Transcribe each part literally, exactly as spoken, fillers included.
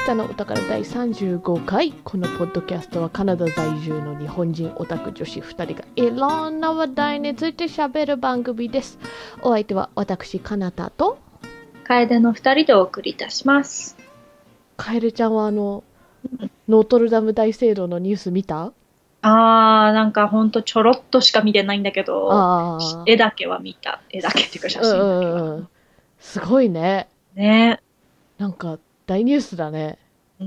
北のお宝だいさんじゅうごかい。このポッドキャストはカナダ在住の日本人オタク女子ふたりがいろんな話題について喋る番組です。お相手は私カナタと楓のふたりでお送りいたします。 楓ちゃんはあの、うん、ノートルダム大聖堂のニュース見た？ あー、なんかほんとちょろっとしか見てないんだけど、あ絵だけは見た。絵だけっていうか写真だけは、うんうん、 すごいね。 ね、 なんか大ニュースだね。 うん。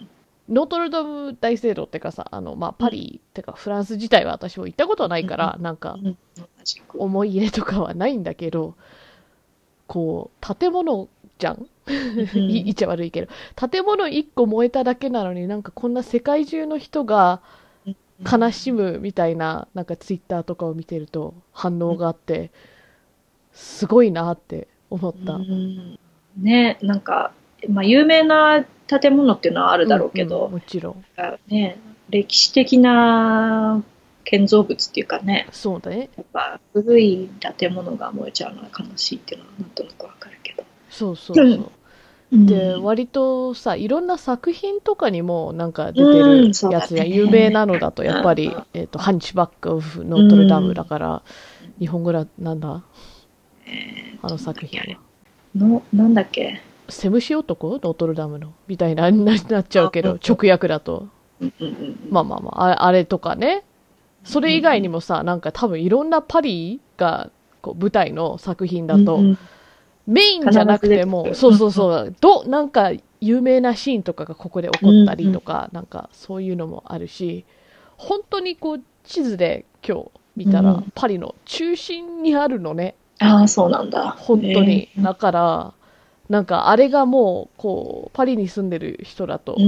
ノートルダム大聖堂ってかさ、あの、まあ、パリってかフランス自体は私も行ったことないから、うん、なんか、思い入れとかはないんだけど、こう、建物じゃん言っちゃ悪いけど、建物一個燃えただけなのになんかこんな世界中の人が悲しむみたいな、なんかツイッターとかを見てると反応があって、すごいなって思った。 うんね、なんか、まあ、有名な建物っていうのはあるだろうけど、うんうん、 もちろん、 ね、歴史的な建造物っていうかね、 そうだね、 やっぱ古い建物が燃えちゃうのは悲しいっていうのはなんとなくわかるけど、 そうそうそう、うん、で割とさ、いろんな作品とかにもなんか出てるやつや、有名なのだとやっぱり、うん、えーと、ハンチバック・オフ・ノートルダムだから、うん、日本語だなんだ、えー、あの作品はのなんだっけ、 セムシ男ノートルダムのみたいなになっちゃうけど、直訳だと、うんうんうん、まあまあまあ、あれとかね。それ以外にもさ、なんか多分いろんなパリがこう舞台の作品だと、うんうん、メインじゃなくても、そうそうそう、どなんか有名なシーンとかがここで起こったりとか、うんうん、なんかそういうのもあるし、本当にこう地図で今日見たら、うん、パリの中心にあるのね。 ああ、そうなんだ。 本当に。だから、なんかあれがもう、こう、パリに住んでる人だと、うん、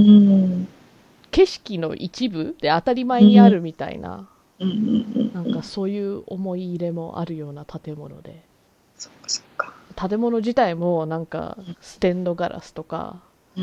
景色の一部で当たり前にあるみたいな、うん、なんかそういう思い入れもあるような建物で。 そっかそっか。 建物自体もなんかステンドガラスとか、うん、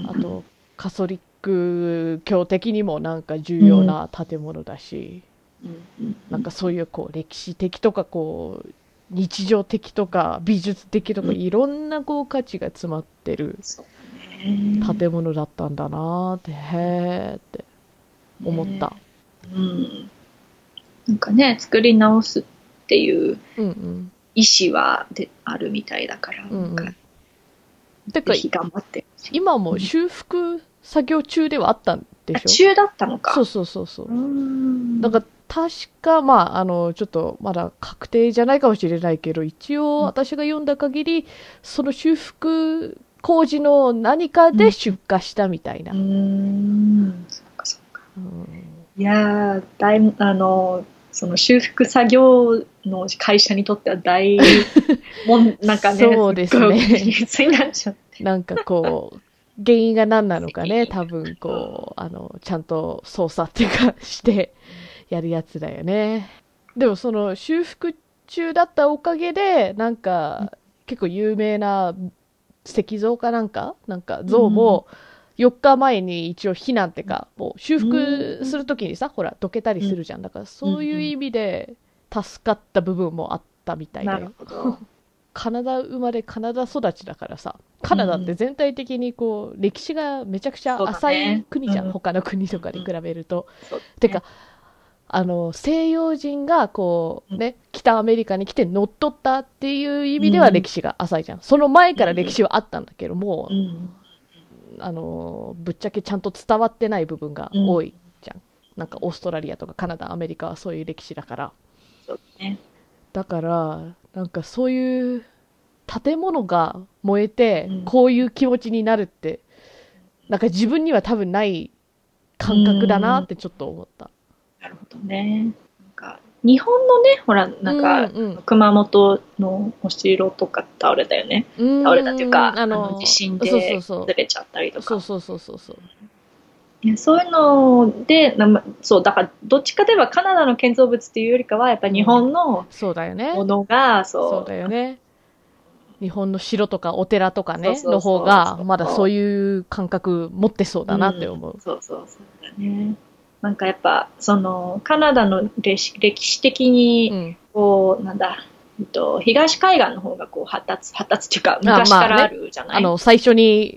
あとカソリック教的にもなんか重要な建物だし、うん、なんかそういうこう歴史的とかこう、日常的とか美術的とか、いろんなこう価値が詰まってる建物だったんだなって、へーって思った、 ね、うん、なんかね、作り直すっていう意思はであるみたいだから、うんうん、なんかてかぜひ頑張って今も修復作業中ではあったんでしょ？ 中だったのか。 そうそうそうそう。だから確か、まあ、あの、ちょっとまだ確定じゃないかもしれないけど、一応私が読んだ限り、うん、その修復工事の何かで出荷したみたいな。うん、うーん、そっかそっか。うん、いやー、だいあの、その修復作業の会社にとっては大もん、なんかね、 そうですね。 になっちゃって。 なんかこう、原因が何なのかね、多分こう、あの、ちゃんと操作っていうかしてやるやつだよね。でもその修復中だったおかげで、なんか結構有名な石像かなんか、なんか像もよっかまえに一応避難ってか、もう修復するときにさ、ほら、どけたりするじゃん。だからそういう意味で助かった部分もあったみたいだよ。カナダ生まれカナダ育ちだからさ、カナダって全体的にこう歴史がめちゃくちゃ浅い国じゃん、ね、うん、他の国とかに比べると、うん、てかあの西洋人がこうね、北アメリカに来て乗っ取ったっていう意味では歴史が浅いじゃん。その前から歴史はあったんだけども、うん、あのぶっちゃけちゃんと伝わってない部分が多いじゃん。なんかオーストラリアとかカナダ、アメリカはそういう歴史だから。 そうね。 だからなんかそういう建物が燃えてこういう気持ちになるって、うん、なんか自分には多分ない感覚だなってちょっと思った。 なるほどね。なんか日本のね、ほらなんか、うんうん、熊本のお城とか倒れたよね。倒れたっていうか、あの、あの地震で崩れちゃったりとか。 そうそうそうそうそう。 いやそういうので、そうだからどっちかといえばカナダの建造物っていうよりかはやっぱり日本のものが、そうそうだよね。日本の城とかお寺とかね、そうそうそうの方がまだそういう感覚持ってそうだなって思う。 うん、そうそうそうだね。なんかやっぱそのカナダの歴史、歴史的にこう、うん、なんだ、えっと、東海岸の方がこう発達発達っていうか昔からあるじゃない。 あ、まあね、あの最初に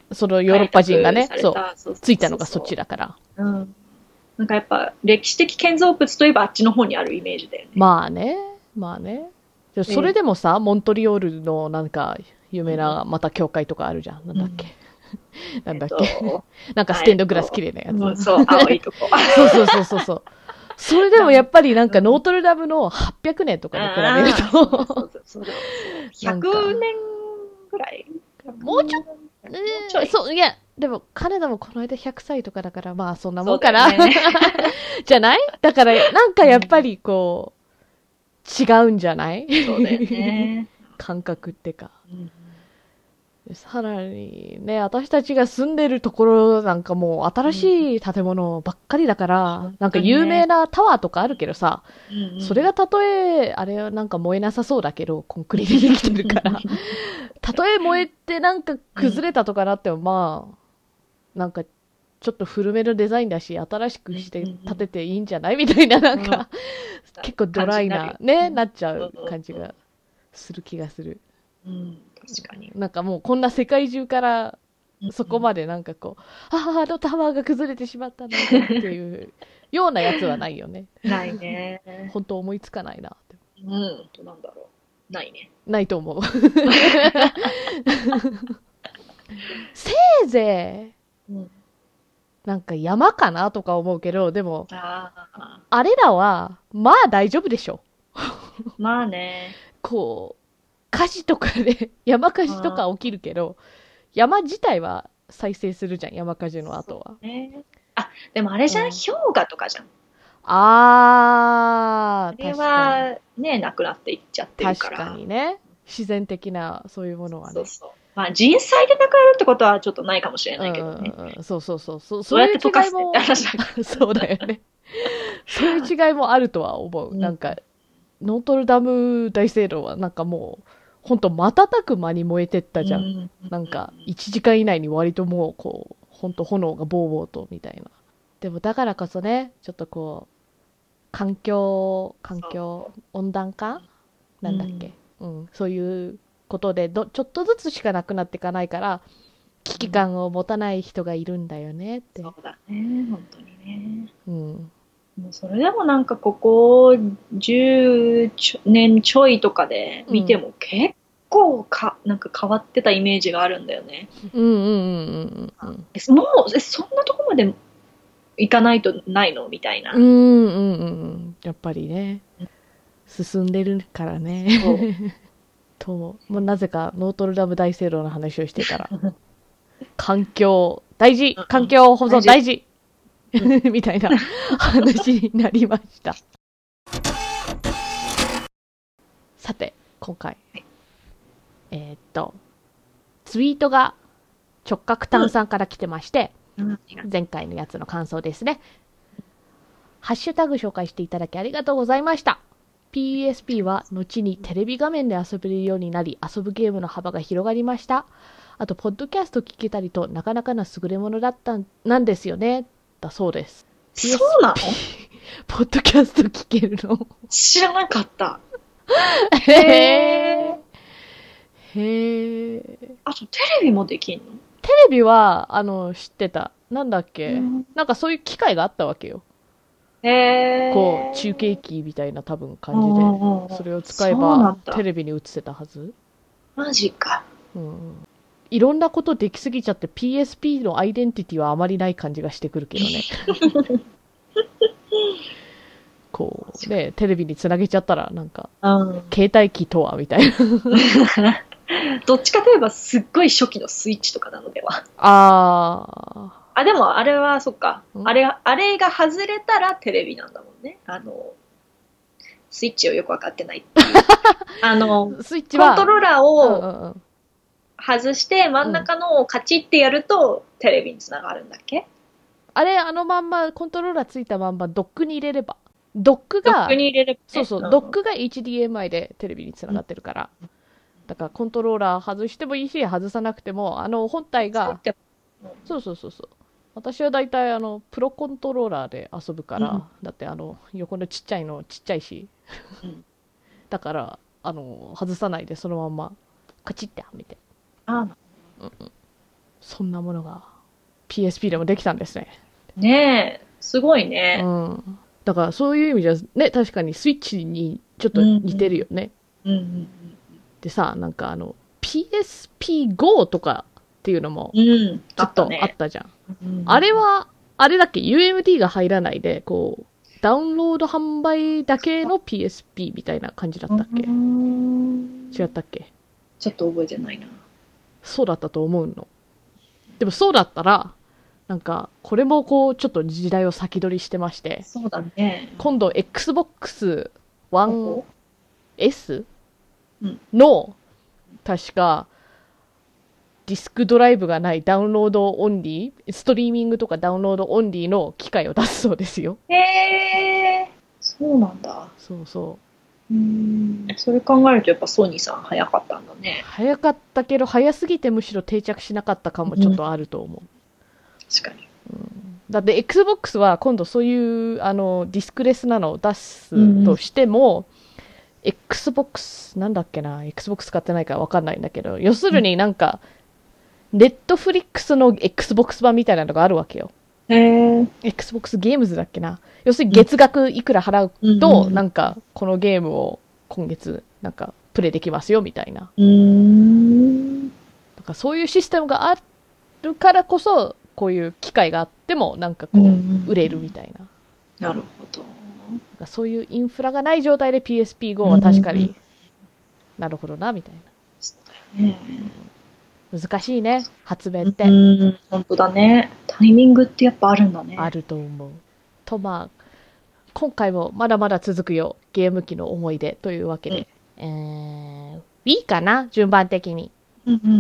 そのヨーロッパ人がね、そう、ついたのがそっちだから。 うん。なんかやっぱ歴史的建造物といえばあっちの方にあるイメージだよね。 まあね、まあね。それでもさ、モントリオールのなんか有名なまた教会とかあるじゃん。なんだっけ。うん、なんだっけ。えっと、なんかステンドグラス綺麗なやつ。 うん、そう、青いとこ。 そうそうそうそうそう。それでもやっぱりなんかノートルダムのはっぴゃくねんとかに比べると、 ひゃくねんぐらいもうちょっと、えー、そう、いや、でも、彼らもこの間ひゃくさいとかだから、まあ、そんなもんかな。ね、じゃないだから、なんかやっぱりこう、違うんじゃない？ そうだよね。 感覚ってか。うんさらにね、私たちが住んでるところなんかもう新しい建物ばっかりだから、うん、なんか有名なタワーとかあるけどさ、うん、それがたとえ、あれはなんか燃えなさそうだけど、コンクリでできてるから、たとえ燃えてなんか崩れたとかなってもまあ、なんかちょっと古めのデザインだし、新しくして建てていいんじゃないみたいな、なんか、うん、結構ドライな、ね、なっちゃう感じがする気がする。 うん確かに。 なんかもうこんな世界中からそこまでなんかこう、うんうん、ああ、あのタワーが崩れてしまったんだっていうようなやつはないよね。 ないね。 本当思いつかないなって。 うん、どうなんだろう。ないね。 ないと思う。せいぜい、うん、なんか山かなとか思うけど、でも、あ, あれらは、まあ大丈夫でしょ。 まあね。 こう、火事とかで、山火事とか起きるけど、山自体は再生するじゃん、山火事の後は。 ね、あ、でもあれじゃん、うん、氷河とかじゃん。 あー、 あれはね、なくなっていっちゃってるから。 確かにね。自然的な、そういうものはね。 そうそう。まあ人災でなくなるってことはちょっとないかもしれないけどね。 うんうん、そうそうそう。そそうやって溶かすって話だから。そうだよね。そういう違いもあるとは思う。うん、なんか、ノートルダム大聖堂はなんかもう、ほんと瞬く間に燃えてったじゃん。うん、なんか、いちじかん以内に割ともう、こう、ほんと炎がボーボーと、みたいな。でもだからこそね、ちょっとこう、環境、環境、温暖化なんだっけ、うん、うん、そういうことでど、ちょっとずつしかなくなっていかないから、危機感を持たない人がいるんだよねって。 そうだね、本当にね。 うん。 もうそれでもなんかここじゅうねんちょいとかで見ても結構か、なんか変わってたイメージがあるんだよね。 うんうんうんうんうん。 えもうえそんなとこまで行かないとないのみたいな。 うんうんうん。やっぱりね、進んでるからね。と、もうなぜかノートルダム大聖堂の話をしてたら、環境大事、環境保存大事。みたいな話になりました。さて、今回、はい、えー、っと、ツイートが直角炭酸から来てまして、うん、前回のやつの感想ですね。ハッシュタグ紹介していただきありがとうございました。ピーエスピー は後にテレビ画面で遊べるようになり、遊ぶゲームの幅が広がりました。あと、ポッドキャスト聞けたりとなかなかな優れものだったんなんですよね。だそうです。 そうなの？ ポッドキャスト聞けるの？ 知らなかった。 へえ。へえ。 あと、テレビもできんの？ テレビは、あの、知ってた。なんだっけ、うん、なんかそういう機会があったわけよ。 へえ。 こう、中継機みたいな多分感じで、それを使えばテレビに映せたはず。 マジか。 うん。いろんなことできすぎちゃって ピーエスピー のアイデンティティはあまりない感じがしてくるけどね。こうね、テレビにつなげちゃったらなんか、うん、携帯機とはみたいな。 どっちかといえばすっごい初期のスイッチとかなのでは。 ああ。あ、でもあれはそっか。あれ、あれが外れたらテレビなんだもんね。あの、スイッチをよくわかってないっていう。あの、スイッチはコントローラーを、うんうんうん外して真ん中のをカチッてやると、うん、テレビにつながるんだっけ？ あれ、あのまんま、コントローラーついたまんまドックに入れれば。ドックが、 ドックに入れれば、ね、 そうそう、うん、ドックが エイチディーエムアイ でテレビにつながってるから。うん、だからコントローラー外してもいいし、外さなくても、あの本体が、そうそうそうそう。私は大体あの、プロコントローラーで遊ぶから、うん、だってあの、横のちっちゃいのちっちゃいし。うん、だから、あの、外さないでそのまんま、カチッてはめて。 ああ、 うんうん、 そんなものが ピーエスピー でもできたんですね。 ねえ、すごいね。 うん。だからそういう意味じゃ、ね、確かにスイッチにちょっと似てるよね。 うんうんうんうん、 でさ、なんかあの、ピーエスピーゴー とかっていうのも、 ちちょっとあったじゃん。うん、あれは、あれだっけ ユーエムディー が入らないで、こう、ダウンロード販売だけの ピーエスピー みたいな感じだったっけ？違ったっけ？ ちょっと覚えてないな。 そうだったと思うの。でもそうだったら、なんか、これもこう、ちょっと時代を先取りしてまして。 そうだね。 今度 Xbox One S の、確か、ディスクドライブがないダウンロードオンリー、ストリーミングとかダウンロードオンリーの機械を出すそうですよ。 へえ、そうなんだ。 そうそう。 うーん、それ考えるとやっぱソニーさん早かったんだね。 早かったけど、早すぎてむしろ定着しなかった感もちょっとあると思う。うん、 確かに。 うん、だって Xbox は今度そういうあのディスクレスなのを出すとしても、うん、Xbox なんだっけな、 Xbox 使ってないから分かんないんだけど、要するになんか、ネットフリックスの Xbox 版みたいなのがあるわけよ。 へー。 Xbox ゲームズだっけな。要するに月額いくら払うと、うん、なんかこのゲームを今月なんかプレイできますよみたいな。うーん。なんかそういうシステムがあるからこそ、こういう機会があってもなんかこう売れるみたいな。 なるほど。 なんかそういうインフラがない状態で ピーエスピーゴー は確かに、なるほどなみたいな。そうだよね。難しいね、発明って。 うん、本当だね。タイミングってやっぱあるんだね。 あると思う。とまあ、今回もまだまだ続くよ、ゲーム機の思い出というわけで。うん、えー、Wii かな、順番的に。 うんうんうんうん。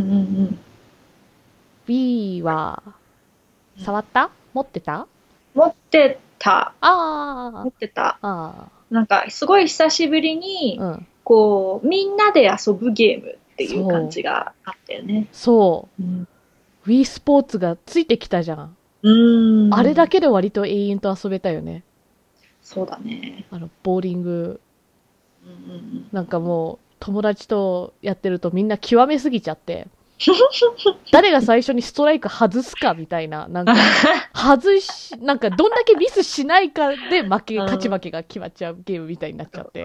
Wii は、触った？持ってた？ 持ってた。 ああ。 持ってた。 あなんか、すごい久しぶりに、うん、こう、みんなで遊ぶゲームっていう感じがあったよね。 そう。うん、Wii スポーツがついてきたじゃん。うん。あれだけで割と永遠と遊べたよね。 そうだね。 あの、ボーリング。うんうんうん、なんかもう、友達とやってるとみんな極めすぎちゃって。誰が最初にストライク外すかみたいな、なんか、外し、なんかどんだけミスしないかで負け、勝ち負けが決まっちゃうゲームみたいになっちゃって。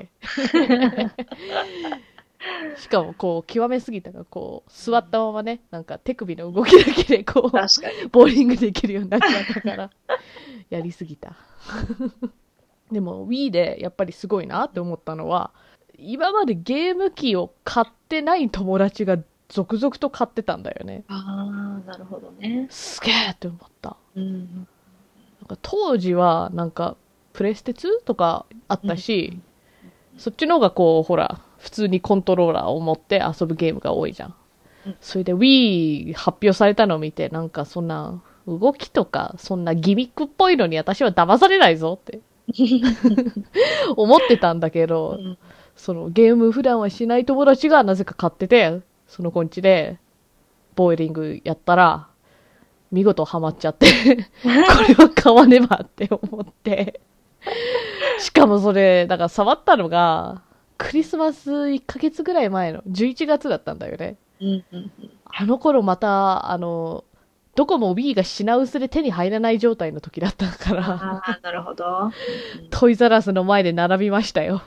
しかもこう、極めすぎたから、こう、座ったままね、なんか手首の動きだけでこう、ボーリングできるようになっちゃったから、やりすぎた。でも Wii でやっぱりすごいなって思ったのは、今までゲーム機を買ってない友達が続々と買ってたんだよね。 ああ、なるほどね。 すげえって思った。うん、なんか当時はなんかプレステツーとかあったし、うん、そっちの方がこうほら普通にコントローラーを持って遊ぶゲームが多いじゃん。うん、それで Wii 発表されたのを見て、なんかそんな動きとかそんなギミックっぽいのに私は騙されないぞって思ってたんだけど、うん、そのゲーム普段はしない友達がなぜか買ってて、その子んちでボーリングやったら見事ハマっちゃってこれは買わねばって思ってしかもそれだから触ったのがクリスマスいっかげつぐらい前のじゅういちがつだったんだよね。うんうんうん、あの頃またあのどこも Wii が品薄で手に入らない状態の時だったからああ、なるほど。 トイザラスの前で並びましたよ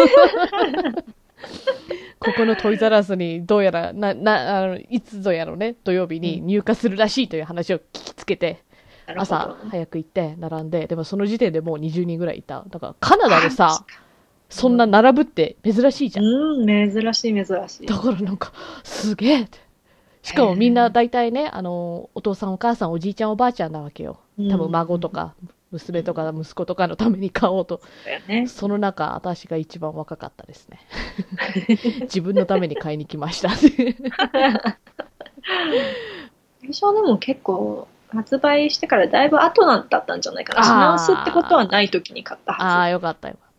ここのトイザラスにどうやらななあのいつぞやのね土曜日に入荷するらしいという話を聞きつけて、うん、朝早く行って並んで、でもその時点でもうにじゅうにんぐらいいた。だからカナダでさそんな並ぶって珍しいじゃん。 うん、珍しい珍しい。 だからなんかすげえって。しかもみんな大体ね、あのお父さんお母さんおじいちゃんおばあちゃんなわけよ。多分孫とか娘とか息子とかのために買おうと、ね、その中私が一番若かったですね自分のために買いに来ました最初でも結構発売してからだいぶ後だったんじゃないかな。品薄ってことはない時に買ったはず。 ああ、よかったよかった。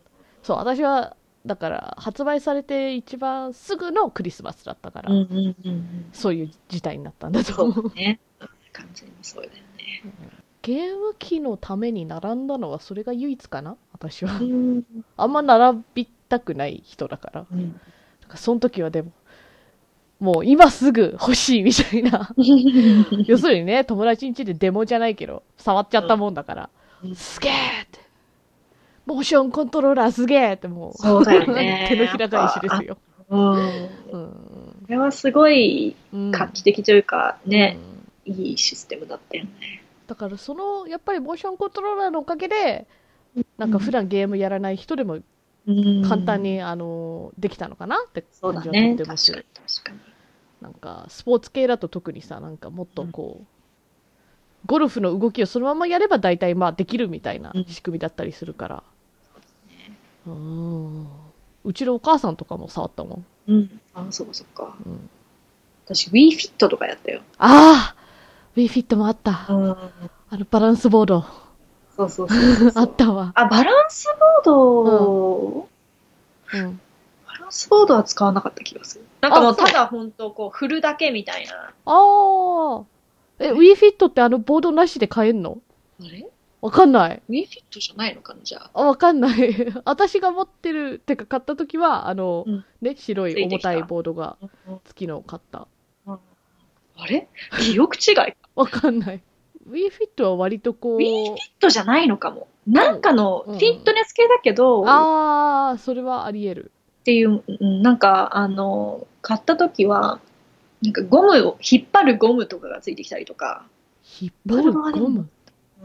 そう、私はだから発売されて一番すぐのクリスマスだったから、うんうんうんうん、そういう事態になったんだと思う。 そうね、完全にそうだよね、うん、 ゲーム機のために並んだのはそれが唯一かな私は、うん、あんま並びたくない人だから、うん、なんかその時はでももう今すぐ欲しいみたいな。要するにね、友達ん家でデモじゃないけど、触っちゃったもんだから、うん、すげーって。モーションコントローラーすげーってもう、 そうだよね。 手のひら返しですよ。 うん。うん、これはすごい画期的というか、ね、うん、いいシステムだったよね。 だからその、やっぱりモーションコントローラーのおかげで、なんか普段ゲームやらない人でも簡単に、うん、あのできたのかなって感じはとってもする。 確かに。 なんかスポーツ系だと特にさ、なんかもっとこう、うん、ゴルフの動きをそのままやれば大体まあできるみたいな仕組みだったりするから。うん、うちのお母さんとかも触ったもん。 うん。あ、そうかそうか。うん、私 Wii Fit とかやったよ。 ああ Wii Fit もあった。うん、あのバランスボード。 そうそうそうそうあったわ。 あ、バランスボード、うん、うん、バランスボードは使わなかった気がする。なんかもうただほんとこう振るだけみたいな。ああ。え、Wii Fit ってあのボードなしで買えんの？ あれ？ わかんない。 Wii Fit じゃないのかな、じゃあ。 あ、わかんない。私が持ってる、てか買った時は、あの、うん、ね、白い重たいボードが付きのを買った。 うんうん、あれ？記憶違いか。 わかんない。Wii Fit は割とこう。 Wii Fit じゃないのかも。なんかのフィットネス系だけど。 うん、ああ、それはあり得る。 っていう、なんか、あの、買った時は、なんかゴムを、引っ張るゴムとかがついてきたりとか。 引っ張るゴム？うん。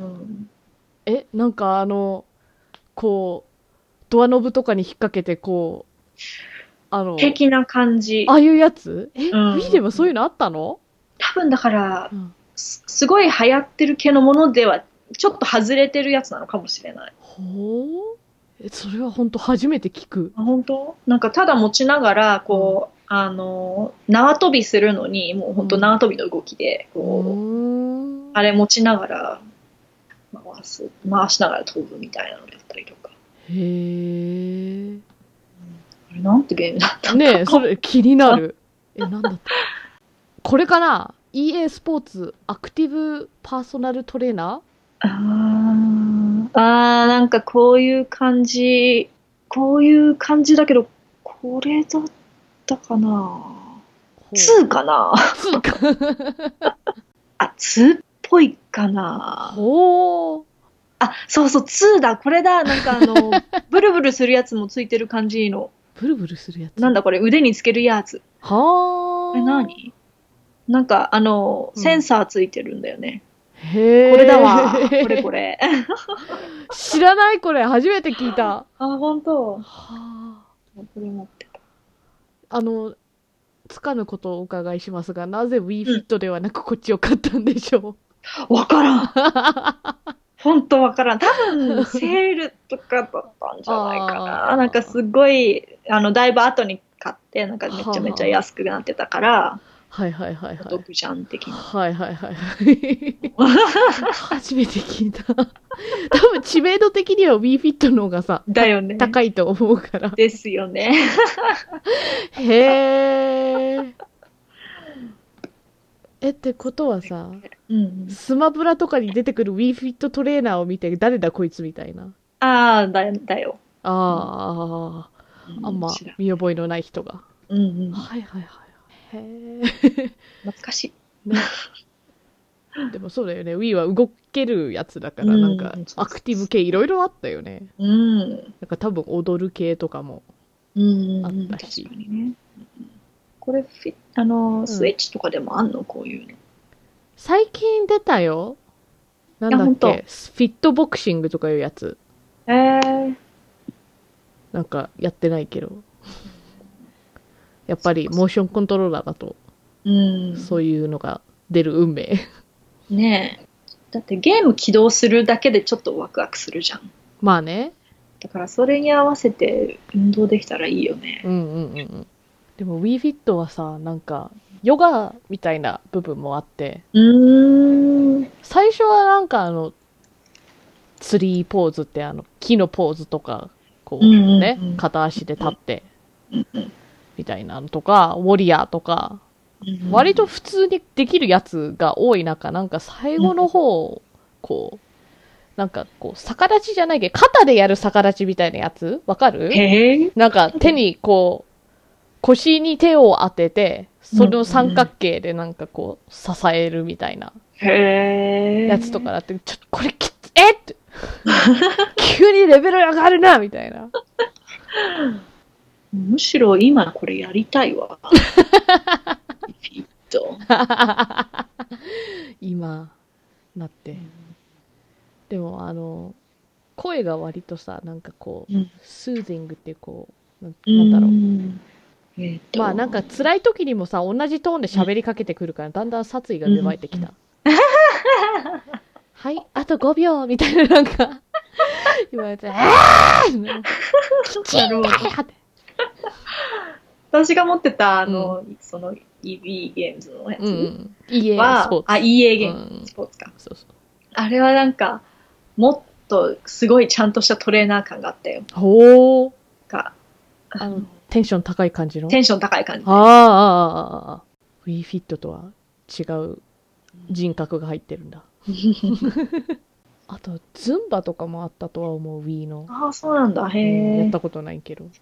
え、なんかあの、こう、ドアノブとかに引っ掛けて、こう、あの、 的な感じ。 ああいうやつ？え、うん、Wii でもそういうのあったの？ 多分だから、うん、す, すごい流行ってる系のものでは、ちょっと外れてるやつなのかもしれない。 ほう？え、それは本当初めて聞く。 あ、本当？なんかただ持ちながら、こう、うん、あの、縄跳びするのに、もう本当縄跳びの動きで、こう、うん、あれ持ちながら、回す、回しながら飛ぶみたいなのやったりとか。 へー。うん、 あれなんてゲームだったんだねえ、それ気になる。え、なんだったこれかな？ イーエー スポーツアクティブパーソナルトレーナー？ あー、あー、なんかこういう感じ、こういう感じだけど、これだったかな？にかな？ にか。 あ、にっぽいかな？ ほー。 あ、そうそう、にだ、これだ、なんかあの、ブルブルするやつもついてる感じの。 ブルブルするやつ？ なんだこれ、腕につけるやつ。 はー。 これ何？なんかあの、センサーついてるんだよね。 うん、へー。 これだわ。これこれ。 知らないこれ、初めて聞いた。 あ、ほんと。はあ。これ持ってた。 あの、つかぬことをお伺いしますが、なぜ Wii Fit ではなくこっちを買ったんでしょう？わ、うん、からん。ほんとわからん。多分、セールとかだったんじゃないかな。なんかすごい、あの、だいぶ後に買って、なんかめちゃめちゃ安くなってたから、 はいはいはいはい。 お得じゃん的な。 はいはいはいはい。初めて聞いた。多分知名度的には Wii Fit の方がさ、 だよね。 高いと思うから。 ですよね。 へー。え、ってことはさ、うん、スマブラとかに出てくる Wii Fit トレーナーを見て、誰だこいつみたいな。 ああ、だよ、だよ。 ああ、うん、あんま見覚えのない人が。 うんうん。 はいはいはい。へえ。 懐かしい。 ね。でもそうだよね。Wii は動けるやつだから、うん、なんか、アクティブ系いろいろあったよね。 うん。なんか多分踊る系とかもあったし。 うん、確かにね。これフィ、あの、スイッチとかでもあんの、こういうの。 最近出たよ。なんだっけ、フィットボクシングとかいうやつ。 へー。 なんかやってないけど。やっぱりモーションコントローラーだと、うん、そういうのが出る運命。 ねえ。だってゲーム起動するだけでちょっとワクワクするじゃん。 まあね。 だからそれに合わせて運動できたらいいよね。 うんうんうん。でも Wii Fit はさ、なんかヨガみたいな部分もあって、うーん、最初はなんかあのツリーポーズってあの木のポーズとかこうね、うんうんうん、片足で立って、うんうん、みたいなのとかウォリアーとか、うんうん、割と普通にできるやつが多い中、なんか最後の方、うん、こうなんかこう逆立ちじゃないけど肩でやる逆立ちみたいなやつわかる？へー、なんか手にこう腰に手を当てて、その三角形でなんかこう、支えるみたいな。 へー。 やつとかだって、ちょっとこれきつ、えって。急にレベル上がるなみたいな。 むしろ今これやりたいわ。フィット。 今、なって。でもあの、声が割とさ、なんかこう、うん、スーディングっていうこう、な, なんだろう。うんえー、まあなんか辛い時にもさ、同じトーンで喋りかけてくるから、だんだん殺意が芽生えてきた。うん、はい、あとごびょうみたいななんか、言われて、あーきちんだよって。 私が持ってた、あの、うん、その イービー ゲームズのやつは、うん、 イーエー スポーツ。 あ、イーエー ゲーム、うん、スポーツか。そうそう。あれはなんか、もっとすごいちゃんとしたトレーナー感があったよ。 ほー。か、あの、テンション高い感じのテンション高い感じ。 ああ、ああ、ウィーフィットとは違う人格が入ってるんだ。あと、ズンバとかもあったとは思う、Wii の。 ああ、そうなんだ。へえ、 うん。やったことないけど。うん、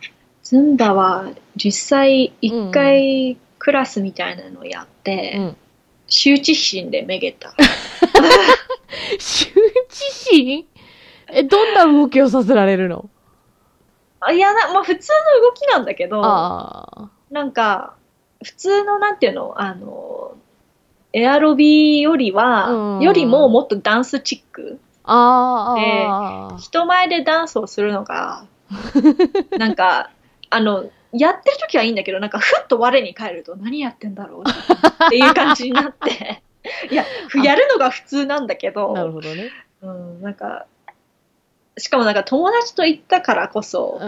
ズンバは実際一回クラスみたいなのをやって、うん、羞恥心でめげた。 羞恥心？え、どんな動きをさせられるの？ あいやな、まあ普通の動きなんだけど、あなんか、普通のなんていうの、あの、エアロビよりは、よりももっとダンスチック。あで、人前でダンスをするのが、なんか、あの、やってる時はいいんだけど、なんかふっと我に返ると何やってんだろうっていう感じになって、いや、やるのが普通なんだけど、 なるほどね。 うん、なんか、しかもなんか友達と行ったからこそ、うん、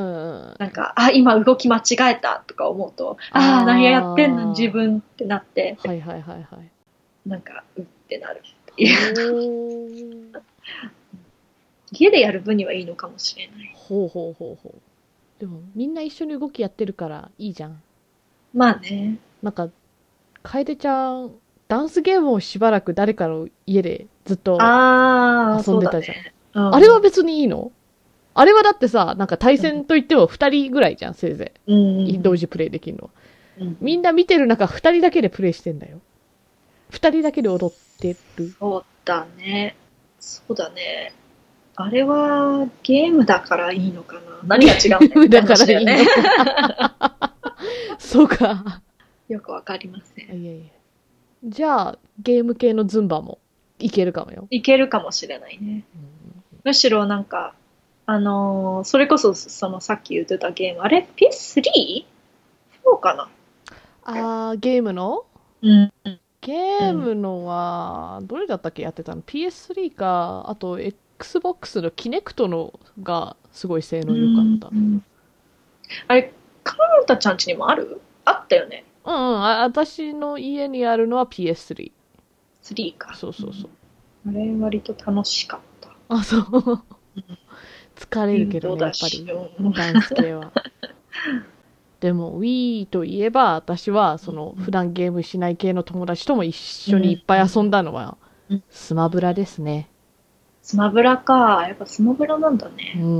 なんか、あ、今動き間違えたとか思うと、ああ、何やってんの自分ってなって、 はいはいはいはい。 なんか、うってなるっていう。家でやる分にはいいのかもしれない。 ほうほうほうほう。でも、みんな一緒に動きやってるからいいじゃん。 まあね。 なんか、楓ちゃん、ダンスゲームをしばらく誰かの家でずっと遊んでたじゃん。あ,、ねうん、あれは別にいいの？あれはだってさ、なんか対戦といってもふたりぐらいじゃん、せいぜい。うん、同時プレイできるのは、うん。みんな見てる中ふたりだけでプレイしてんだよ。ふたりだけで踊ってる。 そうだね。そうだね。あれはゲームだからいいのかな。何が違うんだよ、ね、ゲームだからいいのか。 そうか。 よくわかりません。 いやいや。じゃあ、ゲーム系のズンバもいけるかもよ。 いけるかもしれないね。うん、むしろなんか、あのー、それこそそのさっき言ってたゲーム、あれ ピーエススリー？ そうかな。 あー、ゲームの？ うん。 ゲームのは、どれだったっけやってたの？ ピーエススリー か、あと Xbox のキネクトのがすごい性能良かった。うん、 あれ、カナタちゃん家にもある？あったよね。 うんうん、あ、私の家にあるのは ピーエススリー。 スリーか。 そうそうそう。 うん、あれ割と楽しかった。 あ、そう。疲れるけどね、やっぱり。ダンス系は。でも Wii といえば、私はその普段ゲームしない系の友達とも一緒にいっぱい遊んだのは、スマブラですね。 スマブラか。やっぱスマブラなんだね。 うん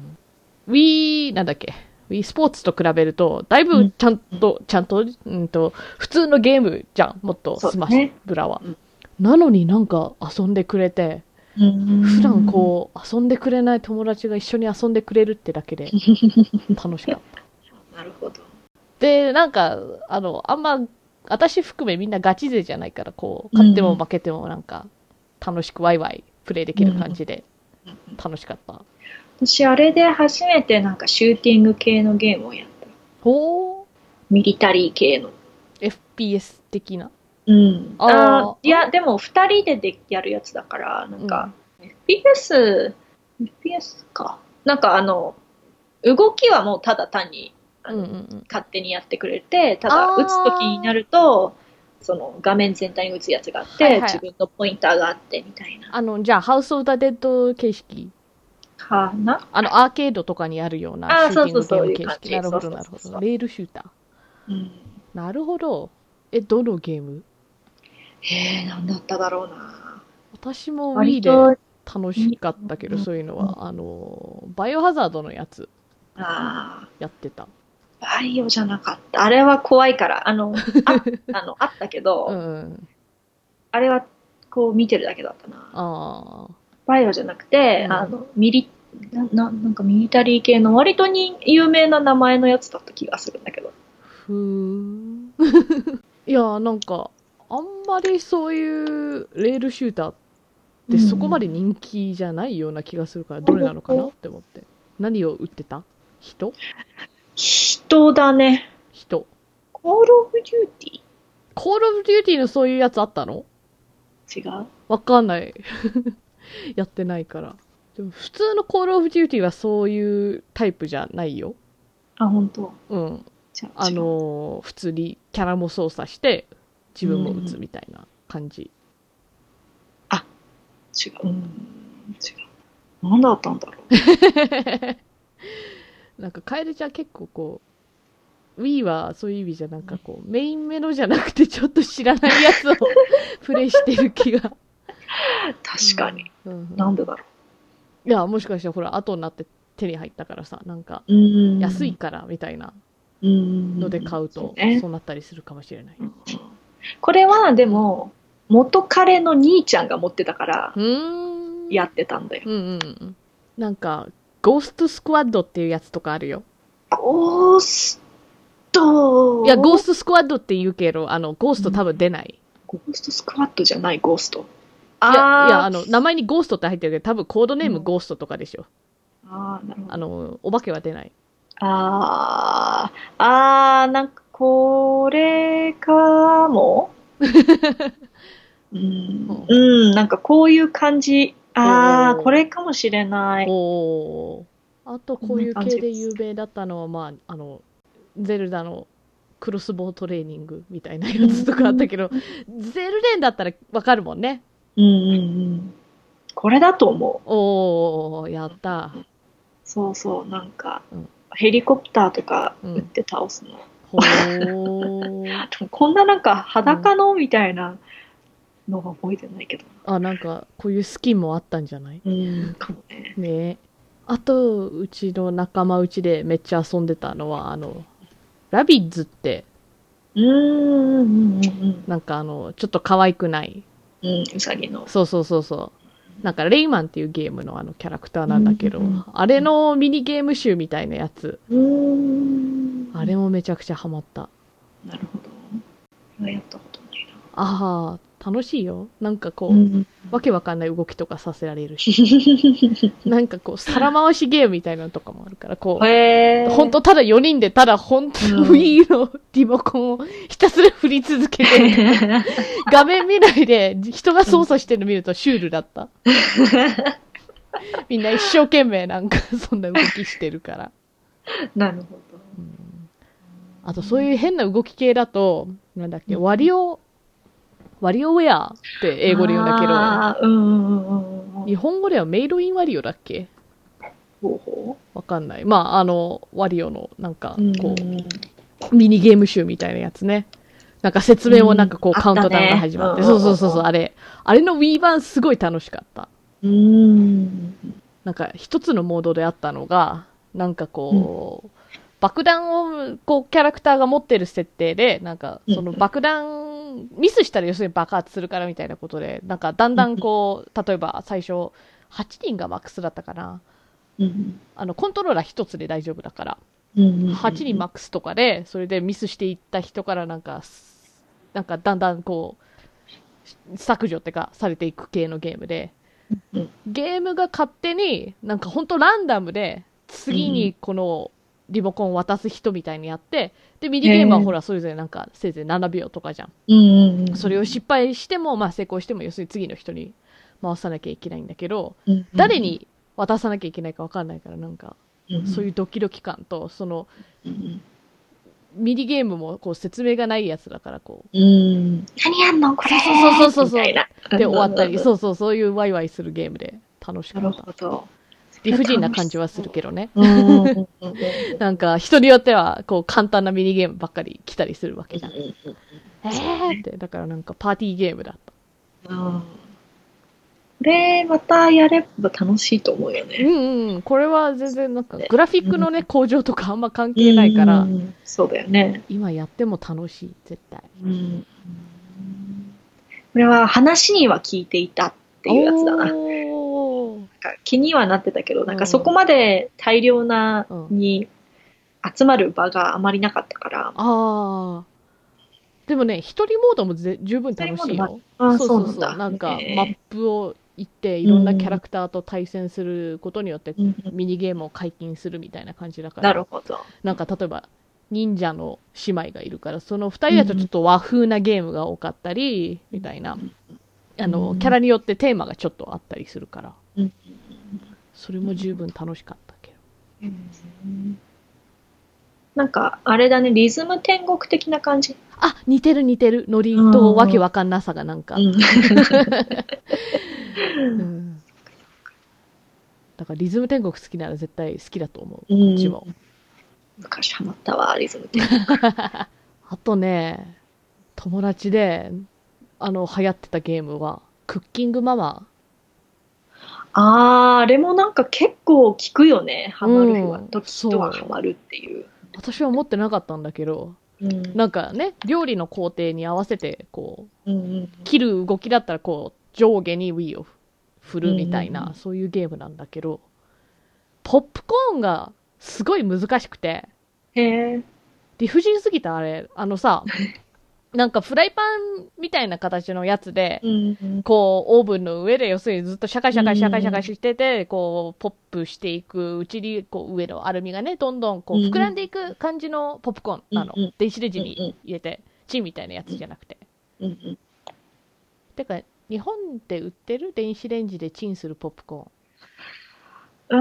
。Wii、なんだっけ。Wii スポーツと比べると、だいぶちゃんと、うん、ちゃんと、うんと、普通のゲームじゃん。もっとスマブラは。ね、うん、なのになんか遊んでくれて、普段こう遊んでくれない友達が一緒に遊んでくれるってだけで楽しかった。 なるほど。 で、なんか、あの、あんま、私含めみんなガチ勢じゃないから、こう、勝っても負けてもなんか、楽しくワイワイプレイできる感じで、楽しかった。 私、あれで初めてなんかシューティング系のゲームをやった。 ほー。 ミリタリー系の。 エフピーエス 的な。 うん。ああ、いや、でも二人ででやるやつだから、なんか、うん、エフピーエス、エフピーエス か。なんかあの、動きはもうただ単に、あの、うんうんうん、勝手にやってくれて、ただ打つときになると、その画面全体に打つやつがあって、はいはい、自分のポインターがあってみたいな。 あの、じゃあ、ハウス・オブ・ザ・デッド形式かな？ あの、アーケードとかにあるようなシューティングゲーム形式。なるほど、なるほど。レールシューター。うん、なるほど。え、どのゲーム？ えー、なんだっただろうな。 私も Wii で楽しかったけど、そういうのは、あの、バイオハザードのやつ、やってた。 バイオじゃなかった。あれは怖いから。あの、あ, あのあったけど、うん、あれはこう見てるだけだったな。あバイオじゃなくて、うん、あのミリな, な, なんかミリタリー系の割とに有名な名前のやつだった気がするんだけど。 ふーん。いや、なんか、あんまりそういうレールシューターってそこまで人気じゃないような気がするから、どれなのかなって思って。何を売ってた？人？ 人だね。 人。 コールオブデューティー？ コールオブデューティーのそういうやつあったの？ 違う？ わかんない。やってないから。でも普通のコールオブデューティーはそういうタイプじゃないよ。 あ、本当？ うん。あのー、普通にキャラも操作して自分も撃つみたいな感じ。 うん、あ、違う。うん、違う。何だったんだろう。なんかカエルちゃん結構こう Wii はそういう意味じゃなんかこうメインメロじゃなくてちょっと知らないやつをプレイしてる気が。 確かに、うんうんうん。なんでだろう。いや、もしかしてほら後になって手に入ったからさ、なんか安いからみたいなので買うとそうなったりするかもしれない。うん、 これはでも元彼の兄ちゃんが持ってたからやってたんだよ。うんうん、 なんかゴーストスクワッドっていうやつとかあるよ。 ゴースト？ いや、ゴーストスクワッドって言うけど、あのゴースト多分出ない。 うん、ゴーストスクワッドじゃないゴースト。 あいやいや、あの名前にゴーストって入ってるけど多分コードネームゴーストとかでしょ。うん、ああ、なるほど。あのお化けは出ない。 ああ、ああ、なんかこれかも。うん、うん、なんかこういう感じ。ああ、これかもしれない。 おあとこういう系で有名だったのは、まあ、あのゼルダのクロスボウトレーニングみたいなやつとかあったけど、ゼルデンだったらわかるもんね。 うんうんうん。これだと思う。 おお、やった。 そうそう、なんか、うん、ヘリコプターとか撃って倒すの。うん、こんななんか裸のみたいなのが覚えてないけど。 あ、なんかこういうスキンもあったんじゃない？ うん、かもね。 ね。あと、うちの仲間内でめっちゃ遊んでたのは、あの、ラビッズって、 うーん、うんうん、 なんかあの、ちょっと可愛くない。 うん、うさぎの。 そうそうそうそう。なんか、レイマンっていうゲームのあのキャラクターなんだけど、うんうんうん、あれのミニゲーム集みたいなやつ。うーん、あれもめちゃくちゃハマった。 なるほど。やったことないな。 ああ、楽しいよ。なんかこう、うん、わけわかんない動きとかさせられるし。なんかこう、皿回しゲームみたいなのとかもあるから、こう、ほんとただよにんでただ本当の Wii のリモコンをひたすら振り続けて、画面見ないで人が操作してるの見るとシュールだった。みんな一生懸命なんかそんな動きしてるから。 なるほど。 うん、あとそういう変な動き系だと、なんだっけ、ワリオ、ワリオウェアって英語で言うんだけど、うんうん、日本語ではメイドインワリオだっけ？ ほうほうわかんない。まあ、あの、ワリオのなんか、こう、ミニゲーム集みたいなやつね。なんか説明もなんかこう、カウントダウンが始まって、ね、そうそうそうそう、あれ。あれの Wii 版すごい楽しかった。うーん。なんか一つのモードであったのが、なんかこう、うん、爆弾をこうキャラクターが持ってる設定で、なんかその爆弾、ミスしたら要するに爆発するからみたいなことで、なんかだんだんこう、例えば最初はちにんがマックスだったかな。うん、あのコントローラー一つで大丈夫だから、うん、はちにんマックスとかで、それでミスしていった人からなんか、なんかだんだんこう、削除ってかされていく系のゲームで、ゲームが勝手になんかほんとランダムで次にこのリモコンを渡す人みたいにやって、でミニゲームはほらそれぞれなんかせいぜいななびょうとかじゃん、うんうんうん、それを失敗してもまあ成功しても要するに次の人に回さなきゃいけないんだけど、うんうん、誰に渡さなきゃいけないか分かんないから、なんか、うんうん、そういうドキドキ感とその、うんうん、ミニゲームもこう説明がないやつだからこう、うん、 何やんのこれそうそうそうそうで終わったり、そうそうそういうワイワイするゲームで楽しかった。なるほど。理不尽な感じはするけどね。なんか人によってはこう簡単なミニゲームばっかり来たりするわけじゃん。えーってだからなんかパーティーゲームだった。うん、 これまたやれば楽しいと思うよね。 うんうん。これは全然なんか、グラフィックのね、うん、向上とかあんま関係ないから、うん、 そうだよね。 今やっても楽しい、絶対。うん、 これは話には聞いていたっていうやつだな。なんか気にはなってたけど、なんかそこまで大量なに集まる場があまりなかったから。うん、ああ。でもね、一人モードもぜ十分楽しいよ。 あ、 そうそうそう。 なんだ。 なんか、マップを行って、いろんなキャラクターと対戦することによって、ミニゲームを解禁するみたいな感じだから。 なるほど。 なんか、例えば、忍者の姉妹がいるから、その二人だとちょっと和風なゲームが多かったり、みたいな。あの、キャラによってテーマがちょっとあったりするから。それも十分楽しかったけど。 なんか、あれだね、リズム天国的な感じ。 あ、似てる似てる。ノリとわけわかんなさがなんか。うんうん、だからリズム天国好きなら絶対好きだと思う。こっちも。 昔ハマったわ、リズム天国。 あとね、友達で、あの、流行ってたゲームは、クッキングママ。 あー、あれもなんか結構聞くよね。ハマる人は、うん、時とはハマるっていう。 私は持ってなかったんだけど、うん、なんかね、料理の工程に合わせて、こう、うんうん、切る動きだったら、こう、上下に Wii を振るみたいな、うんうん、そういうゲームなんだけど、ポップコーンがすごい難しくて、 へー。 理不尽すぎた、あれ。あのさ、なんかフライパンみたいな形のやつで、うんうん、こう、オーブンの上で要するにずっとシャカシャカシャカシャカしてて、こう、ポップしていくうちに、こう、上のアルミがね、どんどんこう、膨らんでいく感じのポップコーンなの。うんうん、電子レンジに入れて、チンみたいなやつじゃなくて。うんうん、てか、日本で売ってる電子レンジでチンするポップコーン。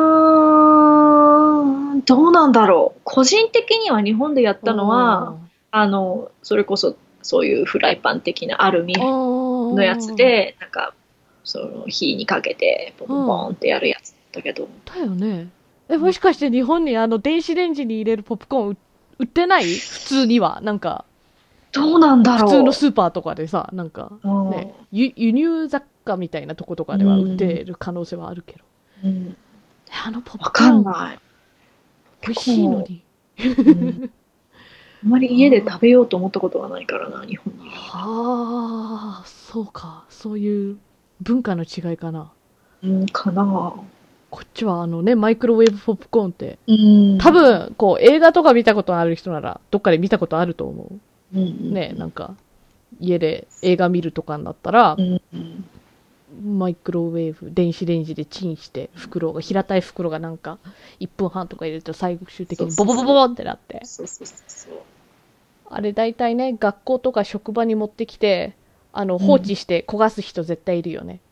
うーん、どうなんだろう。個人的には日本でやったのは、あの、それこそ、そういうフライパン的なアルミのやつで、なんか、その火にかけて、ボンボンってやるやつだけど。 だよね。え、もしかして日本にあの、電子レンジに入れるポップコーン売ってない？普通には。なんか。 どうなんだろう。 普通のスーパーとかでさ、なんか、ね、輸輸入雑貨みたいなとことかでは売ってる可能性はあるけど。うん、あのポップコーン。わかんない。 美味しいのに。 うんあまり家で食べようと思ったことはないからな、日本に。 はあ、そうか。そういう文化の違いかな。 うん、かな。 こっちはあのね、マイクロウェーブポップコーンって、うん、多分、こう映画とか見たことある人なら、どっかで見たことあると思う。うんうん、ね、なんか、家で映画見るとかになったら、うんうん、マイクロウェーブ、電子レンジでチンして、袋が、平たい袋がなんか、いっぷんはんとか入れると最終的にボボボボボンってなって。そうそうそうそう。あれ大体ね、学校とか職場に持ってきて、あの、放置して焦がす人絶対いるよね。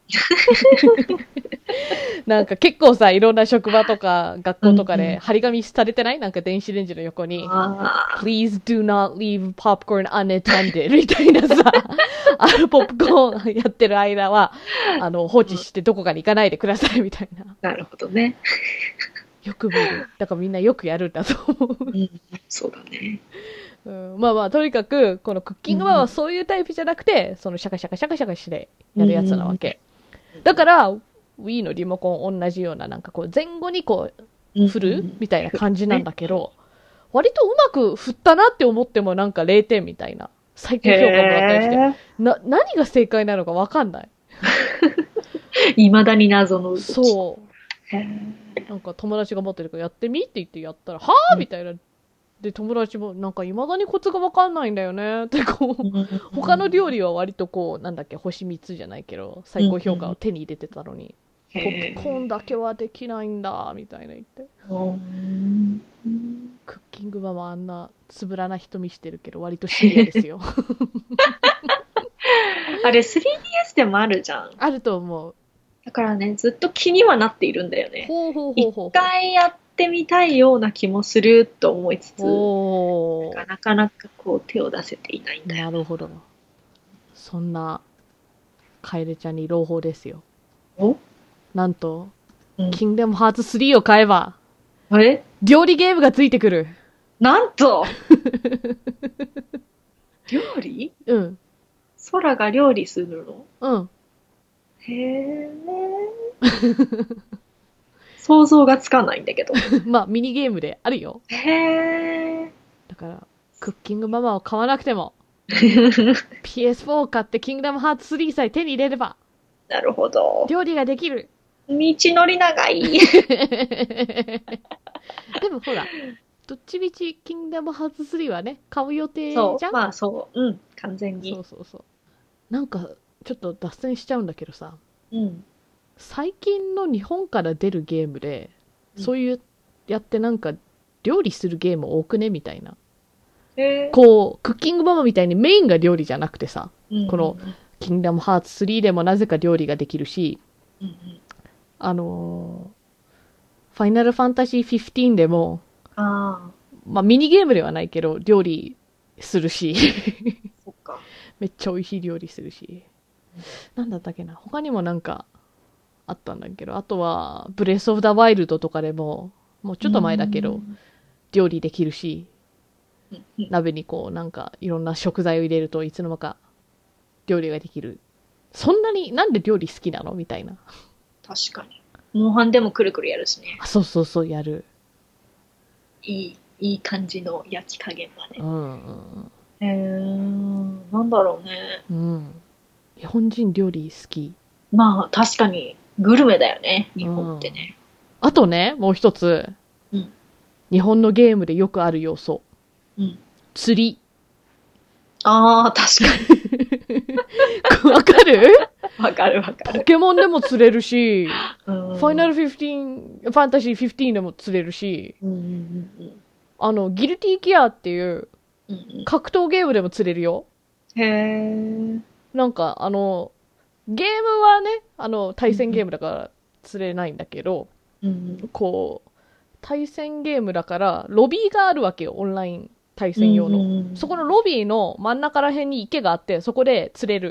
なんか結構さ、いろんな職場とか学校とかで張り紙されてない？なんか電子レンジの横に、Please do not leave popcorn unattended みたいなさ、あのポップコーンやってる間は、あの、放置してどこかに行かないでくださいみたいな。 なるほどね。 よく見る。だからみんなよくやるんだと思う。うん、 そうだね。 うん、まあまあ、とにかく、このクッキングマンはそういうタイプじゃなくて、うん、そのシャカシャカシャカシャカしてやるやつなわけ。うん、だから、Wii のリモコン同じような、なんかこう、前後にこう、振るみたいな感じなんだけど、割とうまく振ったなって思ってもなんかれいてんみたいな、最高評価もらったりして、な、何が正解なのかわかんない。 未だに謎の動き。 そう。なんか友達が持ってるからやってみって言ってやったら、はぁ、うん、みたいな。で、友達もなんか未だにコツがわかんないんだよねってこう、他の料理は割とこう、なんだっけ、星みっつじゃないけど、最高評価を手に入れてたのに、ポップコーンだけはできないんだ、みたいな言って。クッキングママあんなつぶらな瞳してるけど、割とシビアですよ。 あれ スリーディーエス でもあるじゃん。 あると思う。 だからね、ずっと気にはなっているんだよね。ほうほうほうほう。一回やってみたいような気もすると思いつつ、なんかなかなかこう手を出せていないんだよ。 なるほど。そんな、カエルちゃんに朗報ですよ。 おなんと、うん、キングダムハーツスリーを買えば、 え料理ゲームがついてくる。 なんと料理うん。 空が料理するのうん。 へえ。想像がつかないんだけど。 まあ、ミニゲームであるよ。 へえ。 だから、クッキングママを買わなくても、ピーエスフォー 買ってキングダムハーツスリーさえ手に入れれば、 なるほど。 料理ができる。 道のり長い。 でもほら、どっちみちキングダムハーツスリーはね、買う予定じゃん。 そう、まあそう、うん、完全に。 そうそうそう。なんか、ちょっと脱線しちゃうんだけどさ、 うん。 最近の日本から出るゲームで、 うんそういうやってなんか料理するゲーム多くねみたいな。 へーこう、クッキングママみたいにメインが料理じゃなくてさ、 うんこのキングダムハーツスリーでもなぜか料理ができるし、 うんうんあのー、ファイナルファンタジーフィフティーンでも、 ああ、 まあミニゲームではないけど、料理するし、 そっか。 めっちゃ美味しい料理するし。なんだったっけな、他にもなんかあったんだけど、あとは、ブレスオブザワイルドとかでも、もうちょっと前だけど、料理できるし、 うんうん鍋にこうなんかいろんな食材を入れるといつの間か料理ができる。そんなになんで料理好きなのみたいな。 確かに。モンハンでもくるくるやるしね。 あ、そうそうそう、やる。 いい、いい感じの焼き加減がね。 うんうんへえー、なんだろうね。 うん。うん。日本人料理好き。 まあ、確かに、グルメだよね、日本ってね。 あとね、もう一つ。 うん日本のゲームでよくある要素。 うん。 釣り。 ああ、確かわかるに。わかるわかる。 ポケモンでも釣れるし、 フファイナルフィフティーン、ファンタジーフィフティーンでも釣れるし、 うんうんうんあの、ギルティギアっていううんうん格闘ゲームでも釣れるよ。 へえ。 なんか、あの、ゲームはね、あの、対戦ゲームだから釣れないんだけど、 うんこう、対戦ゲームだから、ロビーがあるわけよ、オンライン対戦用の。 うんうんうんそこのロビーの真ん中ら辺に池があって、そこで釣れる。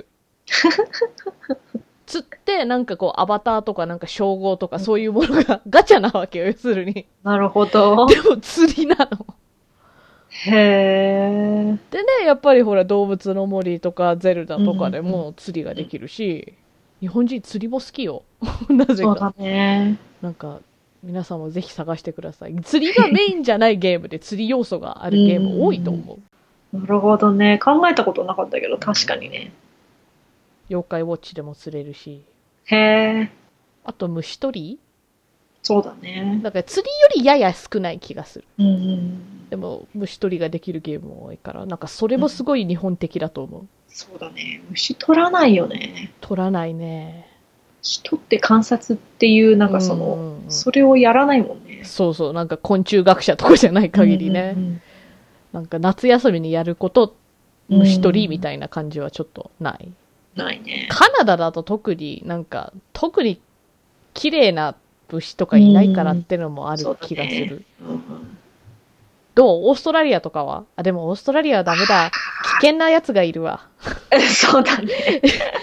釣って、なんかこう、アバターとかなんか称号とかそういうものがガチャなわけよ、要するに。 なるほど。 でも釣りなの。 へえ。 でね、やっぱりほら、動物の森とかゼルダとかでも釣りができるし、日本人釣りも好きよ。なぜそうだか。 ね。 なんか、皆さんもぜひ探してください。釣りがメインじゃないゲームで釣り要素があるゲーム多いと思う。 なるほどね。考えたことなかったけど、確かにね。 妖怪ウォッチでも釣れるし。 へえ。 あと虫取りそうだね。 だから釣りよりやや少ない気がする。 うんうん。 でも虫取りができるゲームも多いから、なんかそれもすごい日本的だと思う。 そうだね。虫取らないよね。 取らないね。 虫取って観察っていう、なんかその、 うんうんうんそれをやらないもんね。 そうそう、なんか昆虫学者とかじゃない限りね。 うんうんなんか夏休みにやること、虫取りみたいな感じはちょっとない。 うんないね。 カナダだと特になんか、特に綺麗な虫とかいないからってのもある気がする。 うんうんどうオーストラリアとかはあ、でもオーストラリアはダメだ。危険なやつがいるわ。 そうだね。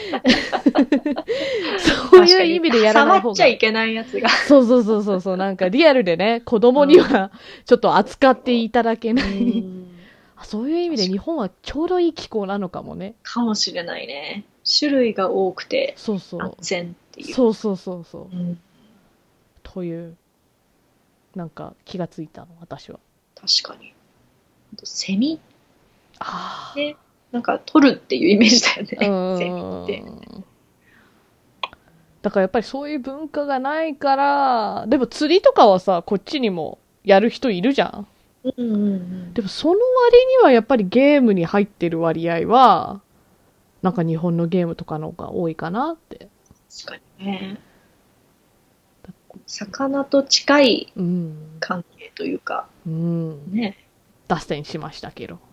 そういう意味でやらない方が。 触っちゃいけないやつが。 そうそうそうそうそう。なんかリアルでね、子供にはちょっと扱っていただけない。 うんあそういう意味で日本はちょうどいい気候なのかもね。 かもしれないね。種類が多くてそうそう安。全っていう。 そうそうそうそう。 うんという、なんか気がついたの、私は。 確かに。あとセミああ。 で、なんか取るっていうイメージだようね。セミって。 ん。だからやっぱりそういう文化がないから、でも釣りとかはさ、こっちにもやる人いるじゃん。 うんうんうん。 でもその割にはやっぱりゲームに入ってる割合は、なんか日本のゲームとかの方が多いかなって。 確かにね。魚と近いうん。 関係というか、 うん。 ね。 脱線しましたけど。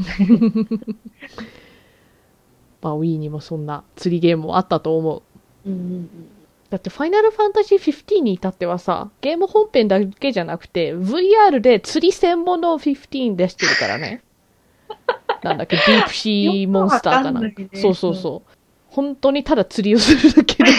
まあ Wii にもそんな釣りゲームもあったと思う。 うんうんうん。 だってファイナルファンタジーフィフティーンに至ってはさ、ゲーム本編だけじゃなくて ブイアール で釣り専門のフィフティーン出してるからね。なんだっけ、ディープシーモンスターかな。 よくわかんないねそうそうそう。本当にただ釣りをするだけで。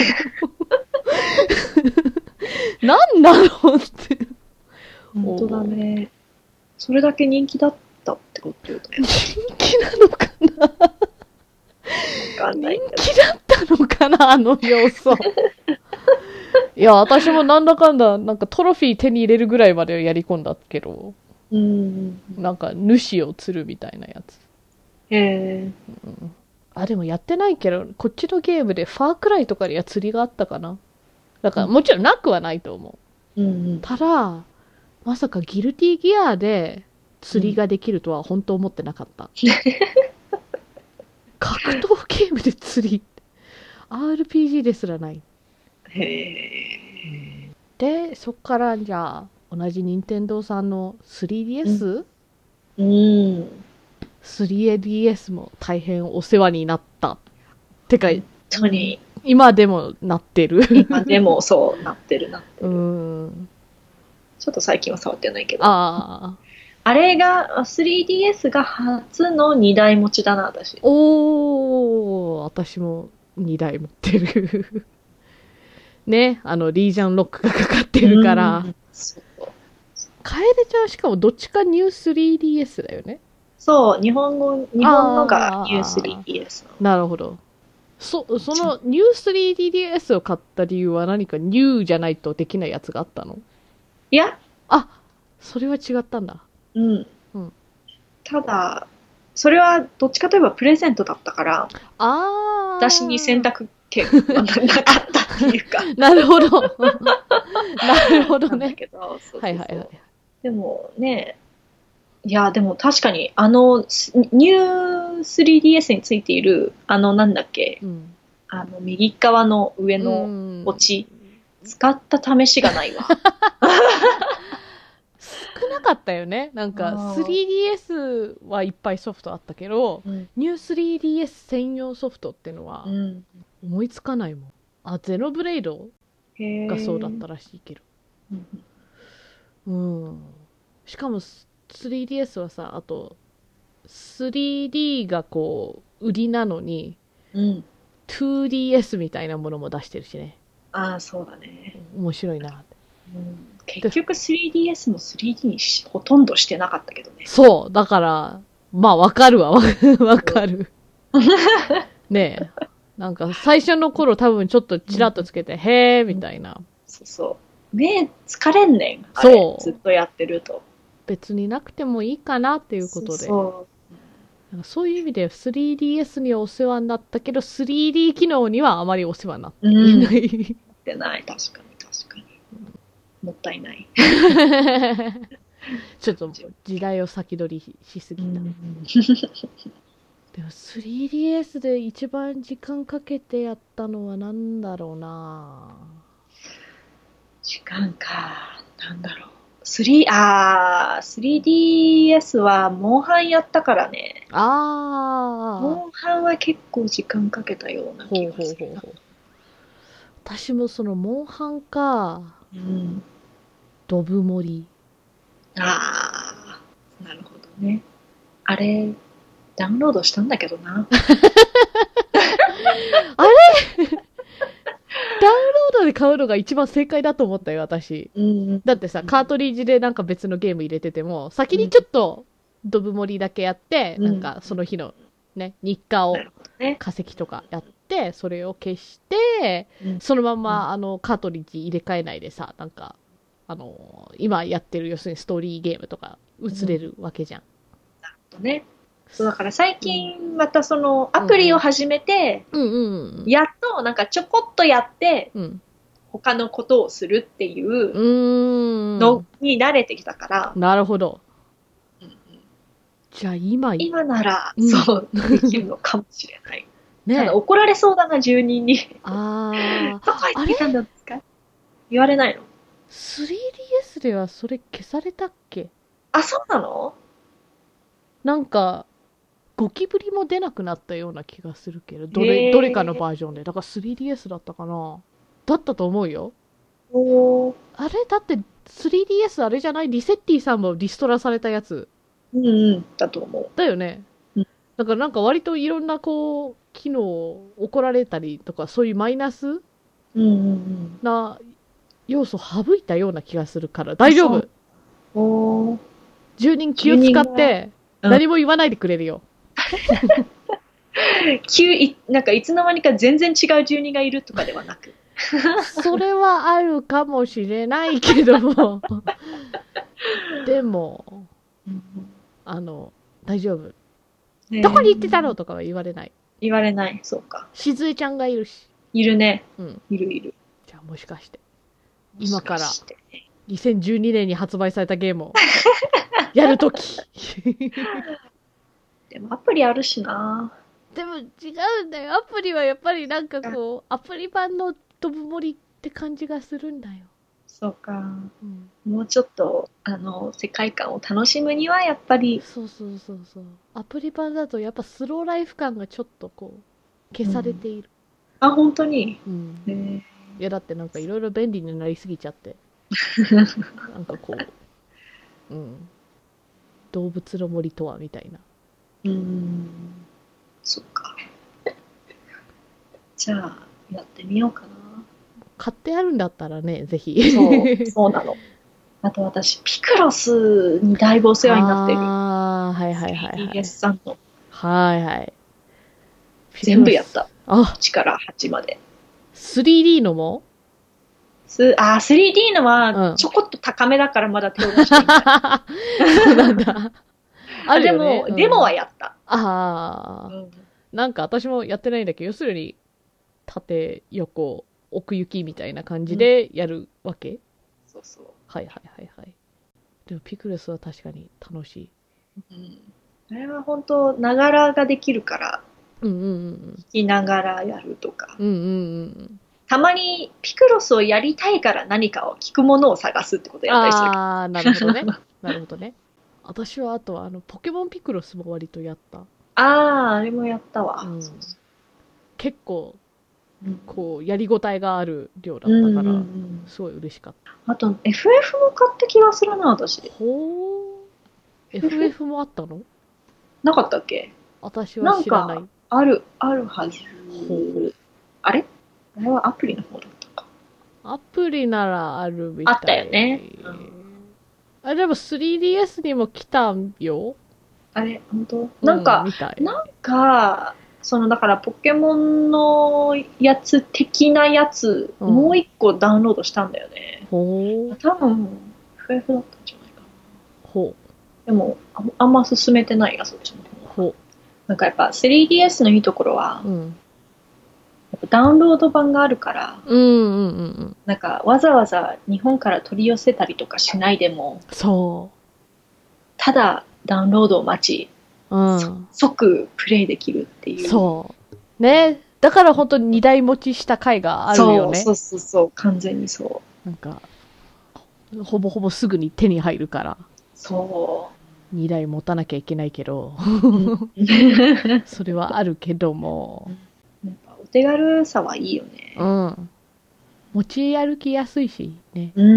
なんなのって。 本当だね。それだけ人気だったってことだよね。 人気なのかなわかんないけど。 人気だったのかかな、あの要素。いや、私もなんだかんだ、なんかトロフィー手に入れるぐらいまでやり込んだけど、 うん。 なんか主を釣るみたいなやつ。 へえ。 うん、あ、でもやってないけど、こっちのゲームでファークライとかでは釣りがあったかな。だからもちろんなくはないと思う。 うんうん、 ただ、まさかギルティギアで釣りができるとは本当思ってなかった。うん、格闘ゲームで釣り アールピージー ですらない。 へえ。 で、そっからじゃあ、同じ任天堂さんの スリーディーエス？ うん。うん、 スリーディーエス も大変お世話になった。てか、 本当に。 今でもなってる。 今でもそう、なってるなってる。 うん。 ちょっと最近は触ってないけど。 ああ。 あれが、スリーディーエス が初のにだい持ちだな、私。 おー、私もにだい持ってる。ね、あの、リージャンロックがかかってるから。そう。楓ちゃんしかもどっちかニュー スリーディーエス だよね。 そう、日本語、日本のがニュー スリーディーエスな。なるほど。そ、そのニュー スリーディーエス を買った理由は何かニューじゃないとできないやつがあったの？ いや。 あ、それは違ったんだ。 うん。うん、ただ、それはどっちかといえばプレゼントだったから、 あ私に選択権はなかったっていうか。 なるほど。なるほどね。 だけど、そうそうそう。 はいはいはい。 でもね、いや、でも確かに、あの、ニュー スリーディーエス についている、あの、なんだっけ、うん、あの、右側の上のポチ、使った試しがないわ。 少なかったよね。なんか スリーディーエス はいっぱいソフトあったけど、うん、ニュー スリーディーエス 専用ソフトってのは思いつかないもん。あ、ゼノブレイドがそうだったらしいけど。うん。しかも スリーディーエス はさ、あと スリーディー がこう売りなのに、うん、ツーディーエス みたいなものも出してるしね。 ああ、そうだね。 面白いなって。 うん、結局 スリーディーエス も スリーディー にしほとんどしてなかったけどね。 そう。だから、まあわかるわ。わかる。ねえ。なんか最初の頃多分ちょっとチラッとつけて、うん、へーみたいな。 そうそう。目疲れんねん。あれそう。ずっとやってると。 別になくてもいいかなっていうことで。そうそう。そういう意味で スリーディーエス にはお世話になったけど スリーディー 機能にはあまりお世話になっていない。うん、なってない。確かに確かに。もったいない。 ちょっと時代を先取りしすぎた。うん、でも スリーディーエス で一番時間かけてやったのは何だろうな。 時間か。なんだろう。3、あー、スリーディーエス はモンハンやったからね。あー。モンハンは結構時間かけたような気がする。ほうほうほうほう。 私もそのモンハンか。うん。ドブ盛り。 あー、なるほどね。あれ、ダウンロードしたんだけどな。 あれダウンロードで買うのが一番正解だと思ったよ、私。うん、だってさ、カートリッジでなんか別のゲーム入れてても、先にちょっとドブ盛りだけやって、うん、なんかその日のね、日課を、化石とかやって、それを消して、うん、そのまま、あの、カートリッジ入れ替えないでさ、なんか、あの、今やってる、要するにストーリーゲームとか移れるわけじゃん。 なるほどね。そうだから最近またそのアプリを始めて、やっとなんかちょこっとやって、他のことをするっていうのに慣れてきたから。 なるほど。うんうん、じゃあ今、 今なら、うん、そう、できるのかもしれない。ね、ただ怒られそうだな、住人に。ああ。どこ行ってたんですか？言われないの？ スリーディーエス ではそれ消されたっけ？ あ、そうなの？ なんか、ゴキブリも出なくなったような気がするけど、どれ、どれかのバージョンで。だから スリーディーエス だったかな。だったと思うよ。おあれだって スリーディーエス あれじゃない？リセッティさんもリストラされたやつ。 うんうん、だと思う。 だよね。うん、だからなんか割といろんなこう、機能怒られたりとか、そういうマイナスな要素省いたような気がするから、大丈夫。お住人気を使って、何も言わないでくれるよ。 急い、なんかいつの間にか全然違う住人がいるとかではなく。 それはあるかもしれないけども。でも、あの、大丈夫。どこに行ってたのとかは言われない。 言われない。そうか。 しずえちゃんがいるし。 いるね。 うん。 いるいる。 じゃあもしかして、今からにせんじゅうにねんに発売されたゲームをやるとき。 でもアプリあるしな。 でも違うんだよ。アプリはやっぱりなんかこう、アプリ版の飛ぶ森って感じがするんだよ。 そうか。うん、もうちょっと、あの、世界観を楽しむにはやっぱり。 そうそうそうそう。アプリ版だとやっぱスローライフ感がちょっとこう、消されている。 うん、あ、本当に、 うん、へいやだってなんかいろいろ便利になりすぎちゃって。なんかこう、うん。動物の森とはみたいな。 うーん。そっか。じゃあ、やってみようかな。 買ってあるんだったらね、ぜひ。 そう、そうなの。あと私、ピクロスにだいぶお世話になってる。 ああ、はいはいはい、はい。 イーエス さんの。 はいはい。 全部やった。 あいちからはちまで。 スリーディー のもすあ、スリーディー のは、ちょこっと高めだからまだ手を出してない。 そうなんだ。あるよね。 でも、うん、デモはやった。 ああ、うん。なんか私もやってないんだけど、要するに、縦、横、奥行きみたいな感じでやるわけ、うん、 そうそう。 はいはいはいはい。でもピクルスは確かに楽しい。 うん。あれは本当、ながらができるから、 うんうんうん。 聞きながらやるとか。 うんうんうん。 たまにピクロスをやりたいから何かを聞くものを探すってことやったりする。 ああ、なるほどね。なるほどね。私はあとはあのポケモンピクロスも割とやった。 ああ、あれもやったわ。うん、 結構、こう、やりごたえがある量だったから、うんうんうん、すごい嬉しかった。 あと、エフエフ も買った気がするな、私。 ほー。エフエフ もあったの？ なかったっけ？ 私は知らない。 なんか、ある、あるはず。ほう。あれ？あれはアプリの方だったか。 アプリならあるみたい。 あったよね。 うん、あ、でも スリーディーエス にも来たんよ。 あれ、本当？なんか、うん、なんか、その、だからポケモンのやつ的なやつ、うん、もう一個ダウンロードしたんだよね。 ほう。 多分、エフエフ だったんじゃないかな。 ほう。 でも、あ, あんま進めてないや、そっちの方。ほう。なんかやっぱ スリーディーエス のいいところは、うん、ダウンロード版があるから、 うんうんうんうん、 なんかわざわざ日本から取り寄せたりとかしないでも、 そう。 ただダウンロードを待ち、うん、即プレイできるっていう。 そう。ね。だから本当に二台持ちした回があるよね。 そうそうそうそう、完全にそう。 なんか、ほぼほぼすぐに手に入るから。 そう。 二台持たなきゃいけないけど。それはあるけども。 お手軽さはいいよね。 うん。持ち歩きやすいしね。 うん、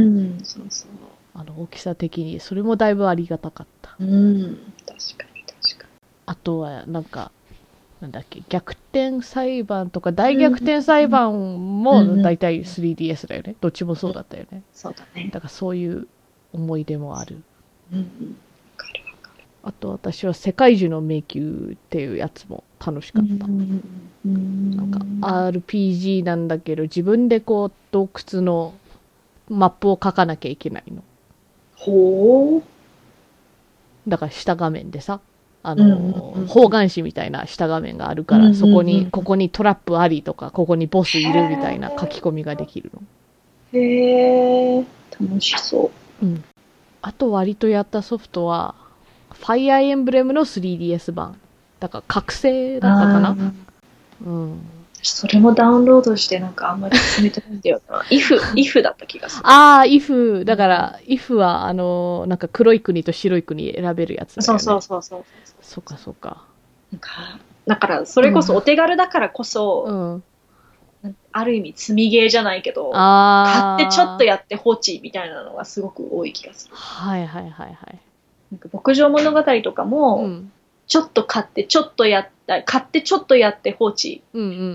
そうそう。 あの大きさ的にそれもだいぶありがたかった。 うん、確かに確かに。 あとはなんかなんだっけ、逆転裁判とか大逆転裁判もだいたい スリーディーエス だよね。どっちもそうだったよね。 そうだね。 だからそういう思い出もある。 うんうん。わかるわかる。 あと私は世界中の迷宮っていうやつも楽しかった。うんうん、なんか アールピージー なんだけど自分でこう洞窟のマップを書かなきゃいけないの。 ほう。だから下画面でさ、あの、うんうん、方眼紙みたいな下画面があるから、うんうんうん、そこに、ここにトラップありとか、ここにボスいるみたいな書き込みができるの。 へー、楽しそう。 うん。あと割とやったソフトは、ファイアーエンブレムの スリーディーエス 版。だから覚醒だったかな。うん。 それもダウンロードしてなんかあんまり進めてないんだよな。イフ、イフだった気がする。 ああ、イフ。だから、イフは、あの、なんか黒い国と白い国選べるやつだよね。 そうそうそうそう。 そうかそうか。 なんか、だからそれこそお手軽だからこそ、うん、ある意味積みゲーじゃないけど、買ってちょっとやって放置みたいなのがすごく多い気がする。 はいはいはいはい。 なんか牧場物語とかも、うん、ちょっと買ってちょっとやった、買ってちょっとやって放置して、うんうんうん、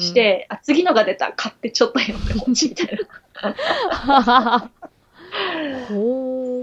あ、次のが出た、買ってちょっとやって放置みたいな。 ほー。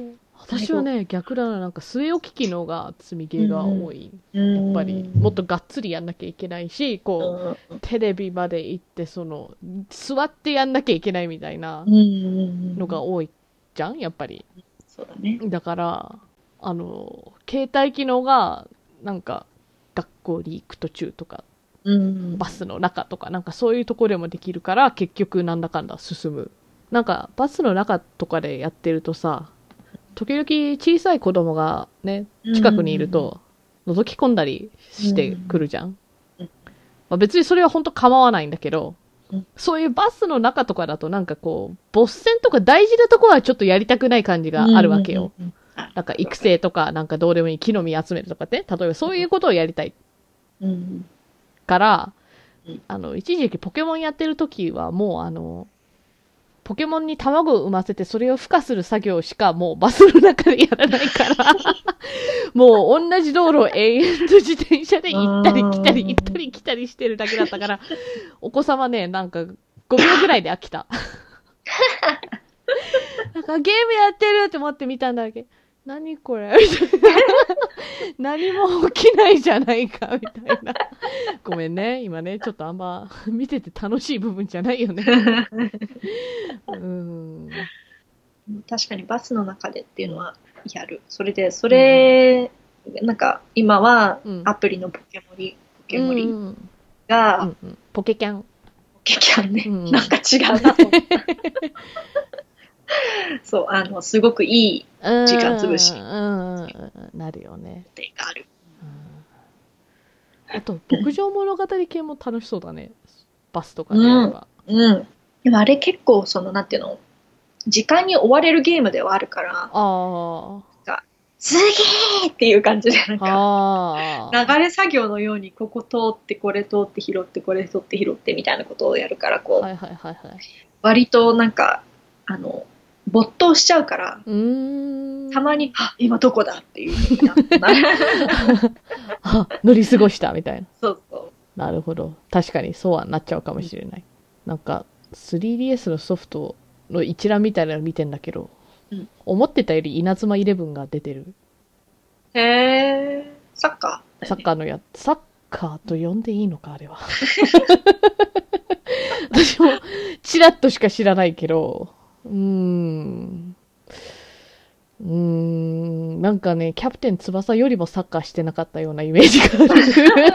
私はね、逆だな。なんか据え置き機能が積みゲーが多い。やっぱり、もっとがっつりやんなきゃいけないし、こう、テレビまで行って、その、座ってやんなきゃいけないみたいなのが多いじゃん、やっぱり。 そうだね。 だから、あの、携帯機能が、なんか、学校に行く途中とか、 うん、 バスの中とか、なんかそういうところでもできるから、結局なんだかんだ進む。なんか、バスの中とかでやってるとさ、時々小さい子供がね、近くにいると、覗き込んだりしてくるじゃん。うん、まあ、別にそれは本当構わないんだけど、うん、そういうバスの中とかだとなんかこう、ボス戦とか大事なところはちょっとやりたくない感じがあるわけよ。なんか育成とか、なんかどうでもいい木の実集めるとかね、例えばそういうことをやりたい。 うんから、あの、一時期ポケモンやってる時はもうあの、ポケモンに卵を産ませてそれを孵化する作業しかもうバスの中でやらないからもう同じ道路を永遠と自転車で行ったり来たり行ったり来たりしてるだけだったから、お子様ね、なんかごびょうぐらいで飽きた。なんかゲームやってるって思って見たんだけど、何これ何も起きないじゃないかみたいな。ごめんね、今ね、ちょっとあんま見てて楽しい部分じゃないよね。うん、 確かにバスの中でっていうのはやる。それで、それ、うん、なんか今はアプリのポケモリ、ポケモリが、 うんうん、ポケキャン。 ポケキャンね、うん、なんか違うなと思った。そう、あの、すごくいい時間つぶし。 うん、なるよね。 がある。 あと、牧場物語系も楽しそうだね。バスとかでやれば。 うん。うん。でもあれ結構、その、なんていうの、時間に追われるゲームではあるから、 ああ。 すげーっていう感じで、なんか、流れ作業のように、ここ通って、これ通って、拾って、これ通って、拾ってみたいなことをやるから、こう、 はいはいはいはい、 割となんか、あの、没頭しちゃうから、 うーん、 たまに、あ、今どこだっていう風になってなあ、乗り過ごしたみたいな。 そうそう。 なるほど。確かにそうはなっちゃうかもしれない。うん、なんか、スリーディーエス のソフトの一覧みたいなの見てんだけど、うん、思ってたより稲妻イレブンが出てる。 へー。サッカーサッカーのやつ。サッカーと呼んでいいのか、あれは。私も、チラッとしか知らないけど、うーん。うーん。なんかね、キャプテン翼よりもサッカーしてなかったようなイメージがある。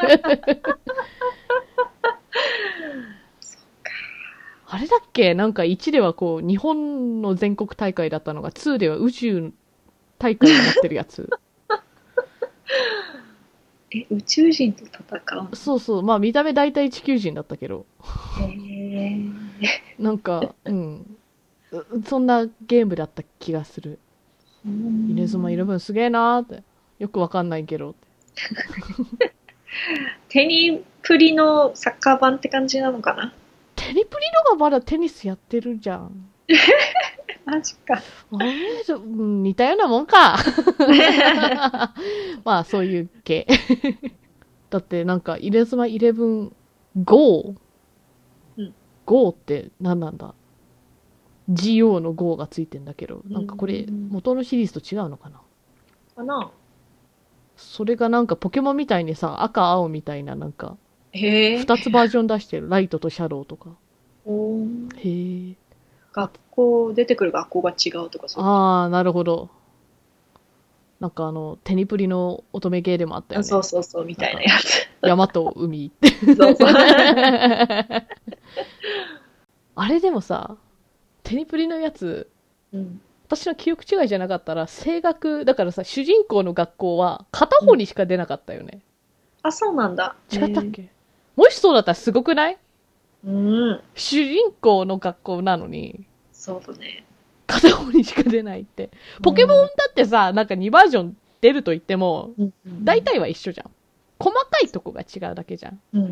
あれだっけ、なんかいちではこう、日本の全国大会だったのが、にでは宇宙大会になってるやつ。 え、宇宙人と戦う？ そうそう。まあ見た目大体地球人だったけど。 へー。 なんか、うん。そんなゲームだった気がする。稲妻イレブンすげえなーって。よくわかんないけど。 テニプリのサッカー版って感じなのかな？ テニプリのがまだテニスやってるじゃん。 マジか。 あれ、似たようなもんか。まあ、そういう系。だって、なんか、稲妻イレブン ゴー、うん、ゴーって何なんだ？ ジーオー のゴーがついてんだけど、なんかこれ、元のシリーズと違うのかな？ かな？それがなんかポケモンみたいにさ、赤、青みたいななんか、 へ二つバージョン出してる。ライトとシャドウとか。 おへえ。 学校、出てくる学校が違うとかそう。 ああ、なるほど。なんかあの、テニプリの乙女系でもあったよね。 そうそうそう、みたいなやつ。 山と海って。そうそう。あれでもさ、テニプリのやつ、うん、私の記憶違いじゃなかったら、声楽、だからさ、主人公の学校は片方にしか出なかったよね。 うん、あ、そうなんだ。 違ったっけ？もしそうだったらすごくない？ うん。 主人公の学校なのに。 そうだね。 片方にしか出ないって。ポケモンだってさ、なんかにバージョン出ると言っても、うんうん、大体は一緒じゃん。細かいとこが違うだけじゃん。 うんうんうん、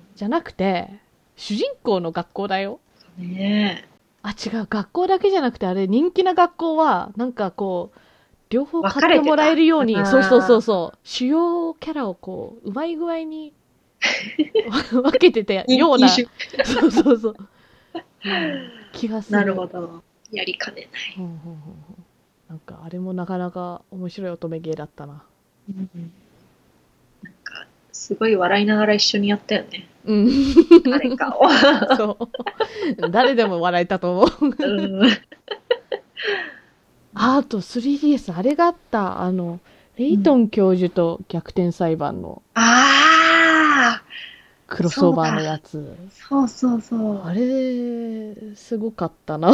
じゃなくて、主人公の学校だよ。 ねえ。 あ、違う。学校だけじゃなくて、あれ、人気な学校は、なんかこう、両方買ってもらえるように、そうそうそうそう、主要キャラをこう、うまい具合に分けてたような、そうそうそう、うん、気がする。 なるほど。やりかねない。 うんうんうん、 なんかあれもなかなか面白い乙女ゲーだったな。 うん、なんかすごい笑いながら一緒にやったよね。 うん。 誰かを。 そう。誰でも笑えたと思う。うん、あと スリーディーエス あれがあった。あの、レイトン教授と逆転裁判の。 うん、ああクロスオーバーのやつ。 そうそうそう。 あれ、すごかったな。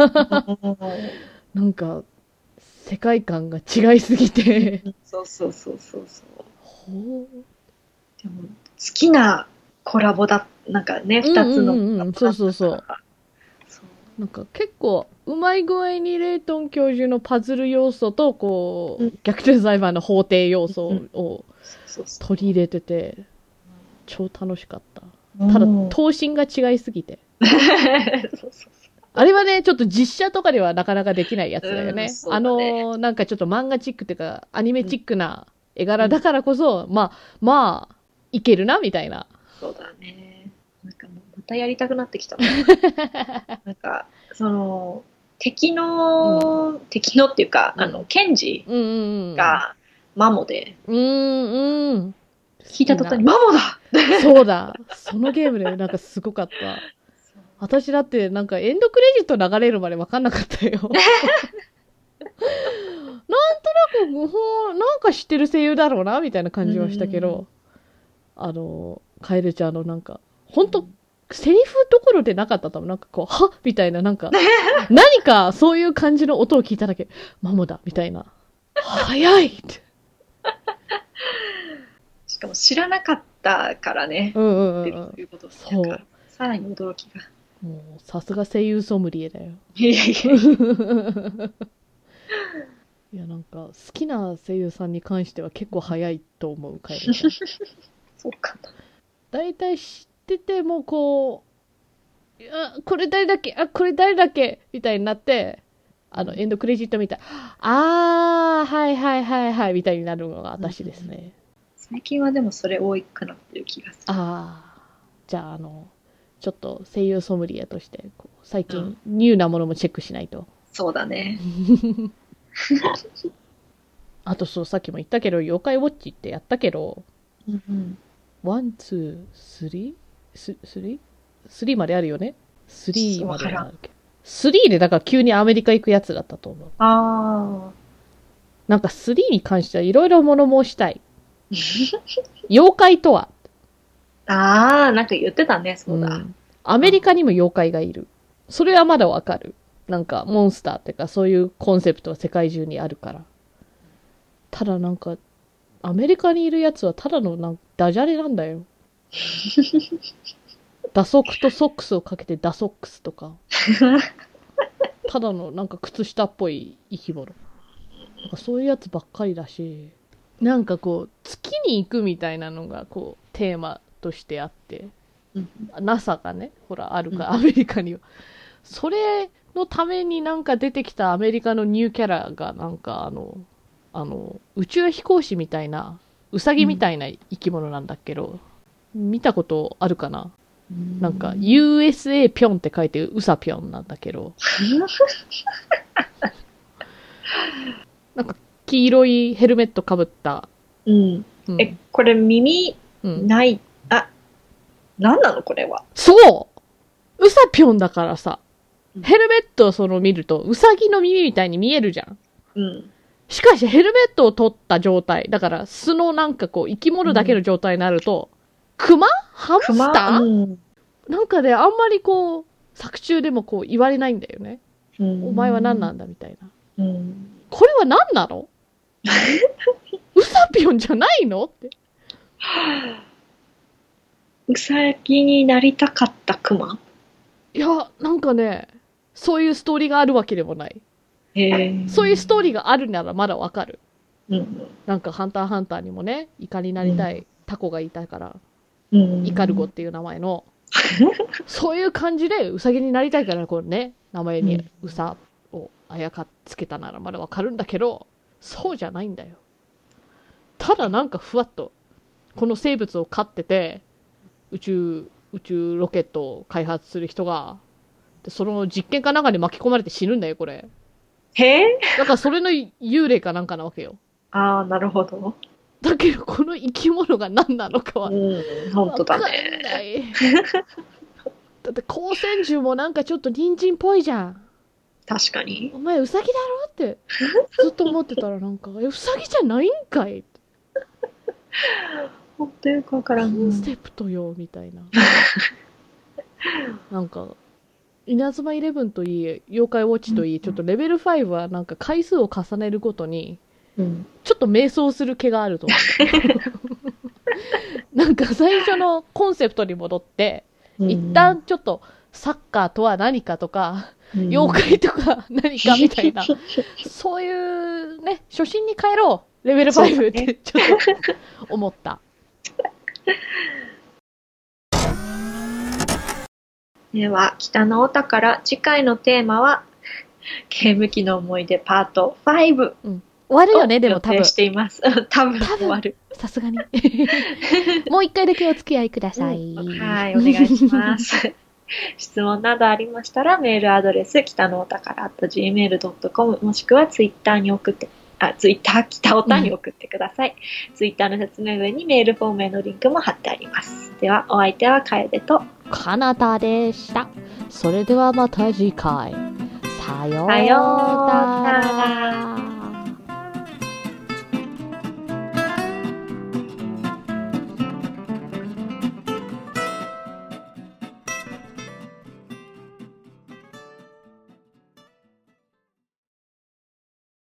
なんか、世界観が違いすぎて。 そうそうそうそうそう。ほう。でも、好きなコラボだ、なんかね、二つのコラボだったから。うんうんうん、 そうそうそう。なんか結構、うまい具合にレイトン教授のパズル要素と、こう、うん、逆転裁判の法廷要素を取り入れてて、超楽しかった。ただ、頭身が違いすぎて。そうそうそう、あれはね、ちょっと実写とかではなかなかできないやつだよね。ね、あの、なんかちょっと漫画チックっていうか、アニメチックな絵柄だからこそ、うん、まあ、まあ、いけるな、みたいな。 そうだね。なんかもう、またやりたくなってきた。なんか、その、敵の、うん、敵のっていうか、うん、あの、ケンジがマモで、うんうん。聞いた途端にマモだそうだ。そのゲームでなんかすごかった。私だってなんかエンドクレジット流れるまで分かんなかったよ。なんとなく、なんか知ってる声優だろうな、みたいな感じはしたけど、あの、カエルちゃんのなんか、ほんと、セリフどころでなかったと思う。なんかこう、はっみたいな、なんか、何かそういう感じの音を聞いただけ、マモだみたいな。早いって。 しかも知らなかったからね。 うんうんうん。 いうことそう。さらに驚きが。 もう、さすが声優ソムリエだよ。 いやいやいや。 いや、なんか、好きな声優さんに関しては結構早いと思う、カエルちゃん。 そうかな。 だいたい知ってても、こう、いや、これ誰だっけあ、これ誰だっけみたいになって、あの、エンドクレジット見たら、あー、はいはいはいはい、みたいになるのが私ですね。うん、 最近はでもそれ多いかなっていう気がする。 ああ。じゃあ、あの、ちょっと声優ソムリエとして、こう最近、うん、ニューなものもチェックしないと。 そうだね。 あとそう、さっきも言ったけど、妖怪ウォッチってやったけど、 うんうん、 ワン、ツー、スリー? スリー? スリーまであるよね ?スリー まであるけど。スリーでだから急にアメリカ行くやつだったと思う。 ああ。 なんかスリーに関してはいろいろ物申したい。妖怪とはああ、なんか言ってたね、そうだ、うん。 アメリカにも妖怪がいる。それはまだわかる。なんか、モンスターってか、そういうコンセプトは世界中にあるから。ただなんか、アメリカにいるやつはただのなんかダジャレなんだよ。ダソクとソックスをかけてダソックスとか。ただのなんか靴下っぽい生き物。なんかそういうやつばっかりだし、なんかこう、月に行くみたいなのがこう、テーマとしてあって、うん、ナサ がね、ほら、あるから、アメリカには。それのためになんか出てきたアメリカのニューキャラが、なんかあの、あの、宇宙飛行士みたいな、ウサギみたいな生き物なんだけど、うん、見たことあるかな、うん、なんか、ユーエスエー ぴょんって書いて、ウサぴょんなんだけど。なんか、黄色いヘルメットかぶった。 うん。うん、え、これ耳ない、うん、あ、なんなのこれは。 そうウサぴょんだからさ、ヘルメットをその見ると、ウサギの耳みたいに見えるじゃん。 うん。 しかしヘルメットを取った状態、だから素のなんかこう生き物だけの状態になると、うん、クマハムスター、うん、なんかね、あんまりこう、作中でもこう言われないんだよね。うん、お前は何なんだみたいな。うん、これは何なのウサピョンじゃないのって。 ウサギになりたかったクマ？ いや、なんかね、そういうストーリーがあるわけでもない。そういうストーリーがあるならまだわかる。うん、なんかハンターハンターにもね、イカになりたいタコがいたから、うん、イカルゴっていう名前の、そういう感じでウサギになりたいからこうね、名前にウサをあやかっつけたならまだわかるんだけど、そうじゃないんだよ。ただなんかふわっと、この生物を飼ってて、宇宙、宇宙ロケットを開発する人が、でその実験かなんかに巻き込まれて死ぬんだよ、これ。 へえ。 だからそれの幽霊かなんかなわけよ。 ああ、なるほど。 だけど、この生き物が何なのかは。 うん、本当だね。 わかんない。だって光線銃もなんかちょっと人参っぽいじゃん。 確かに。 お前ウサギだろってずっと思ってたらなんか、え、ウサギじゃないんかい本当よくわからん。 コンセプトよ、みたいな。なんか、稲妻イレブンといい、妖怪ウォッチといい、ちょっとレベルごはなんか回数を重ねるごとに、うん、ちょっと迷走する気があると思う。なんか最初のコンセプトに戻って、うん、一旦ちょっとサッカーとは何かとか、うん、妖怪とか何かみたいな、そういうね、初心に帰ろう、レベルごってちょっと思った。 では、北のお宝、次回のテーマは、ゲーム機の思い出パートご。うん、 終わるよね、でも多分。 予定しています。多分終わる。 さすがに。もう一回だけお付き合いください。 うん、はい、お願いします。質問などありましたら、メールアドレス、北のお宝 アットジーメールドットコム もしくはツイッターに送って、あ、ツイッター、北おたに送ってください。うん、ツイッターの説明文にメールフォームへのリンクも貼ってあります。では、お相手は楓と、 かなたでした。それではまた次回。さようなら。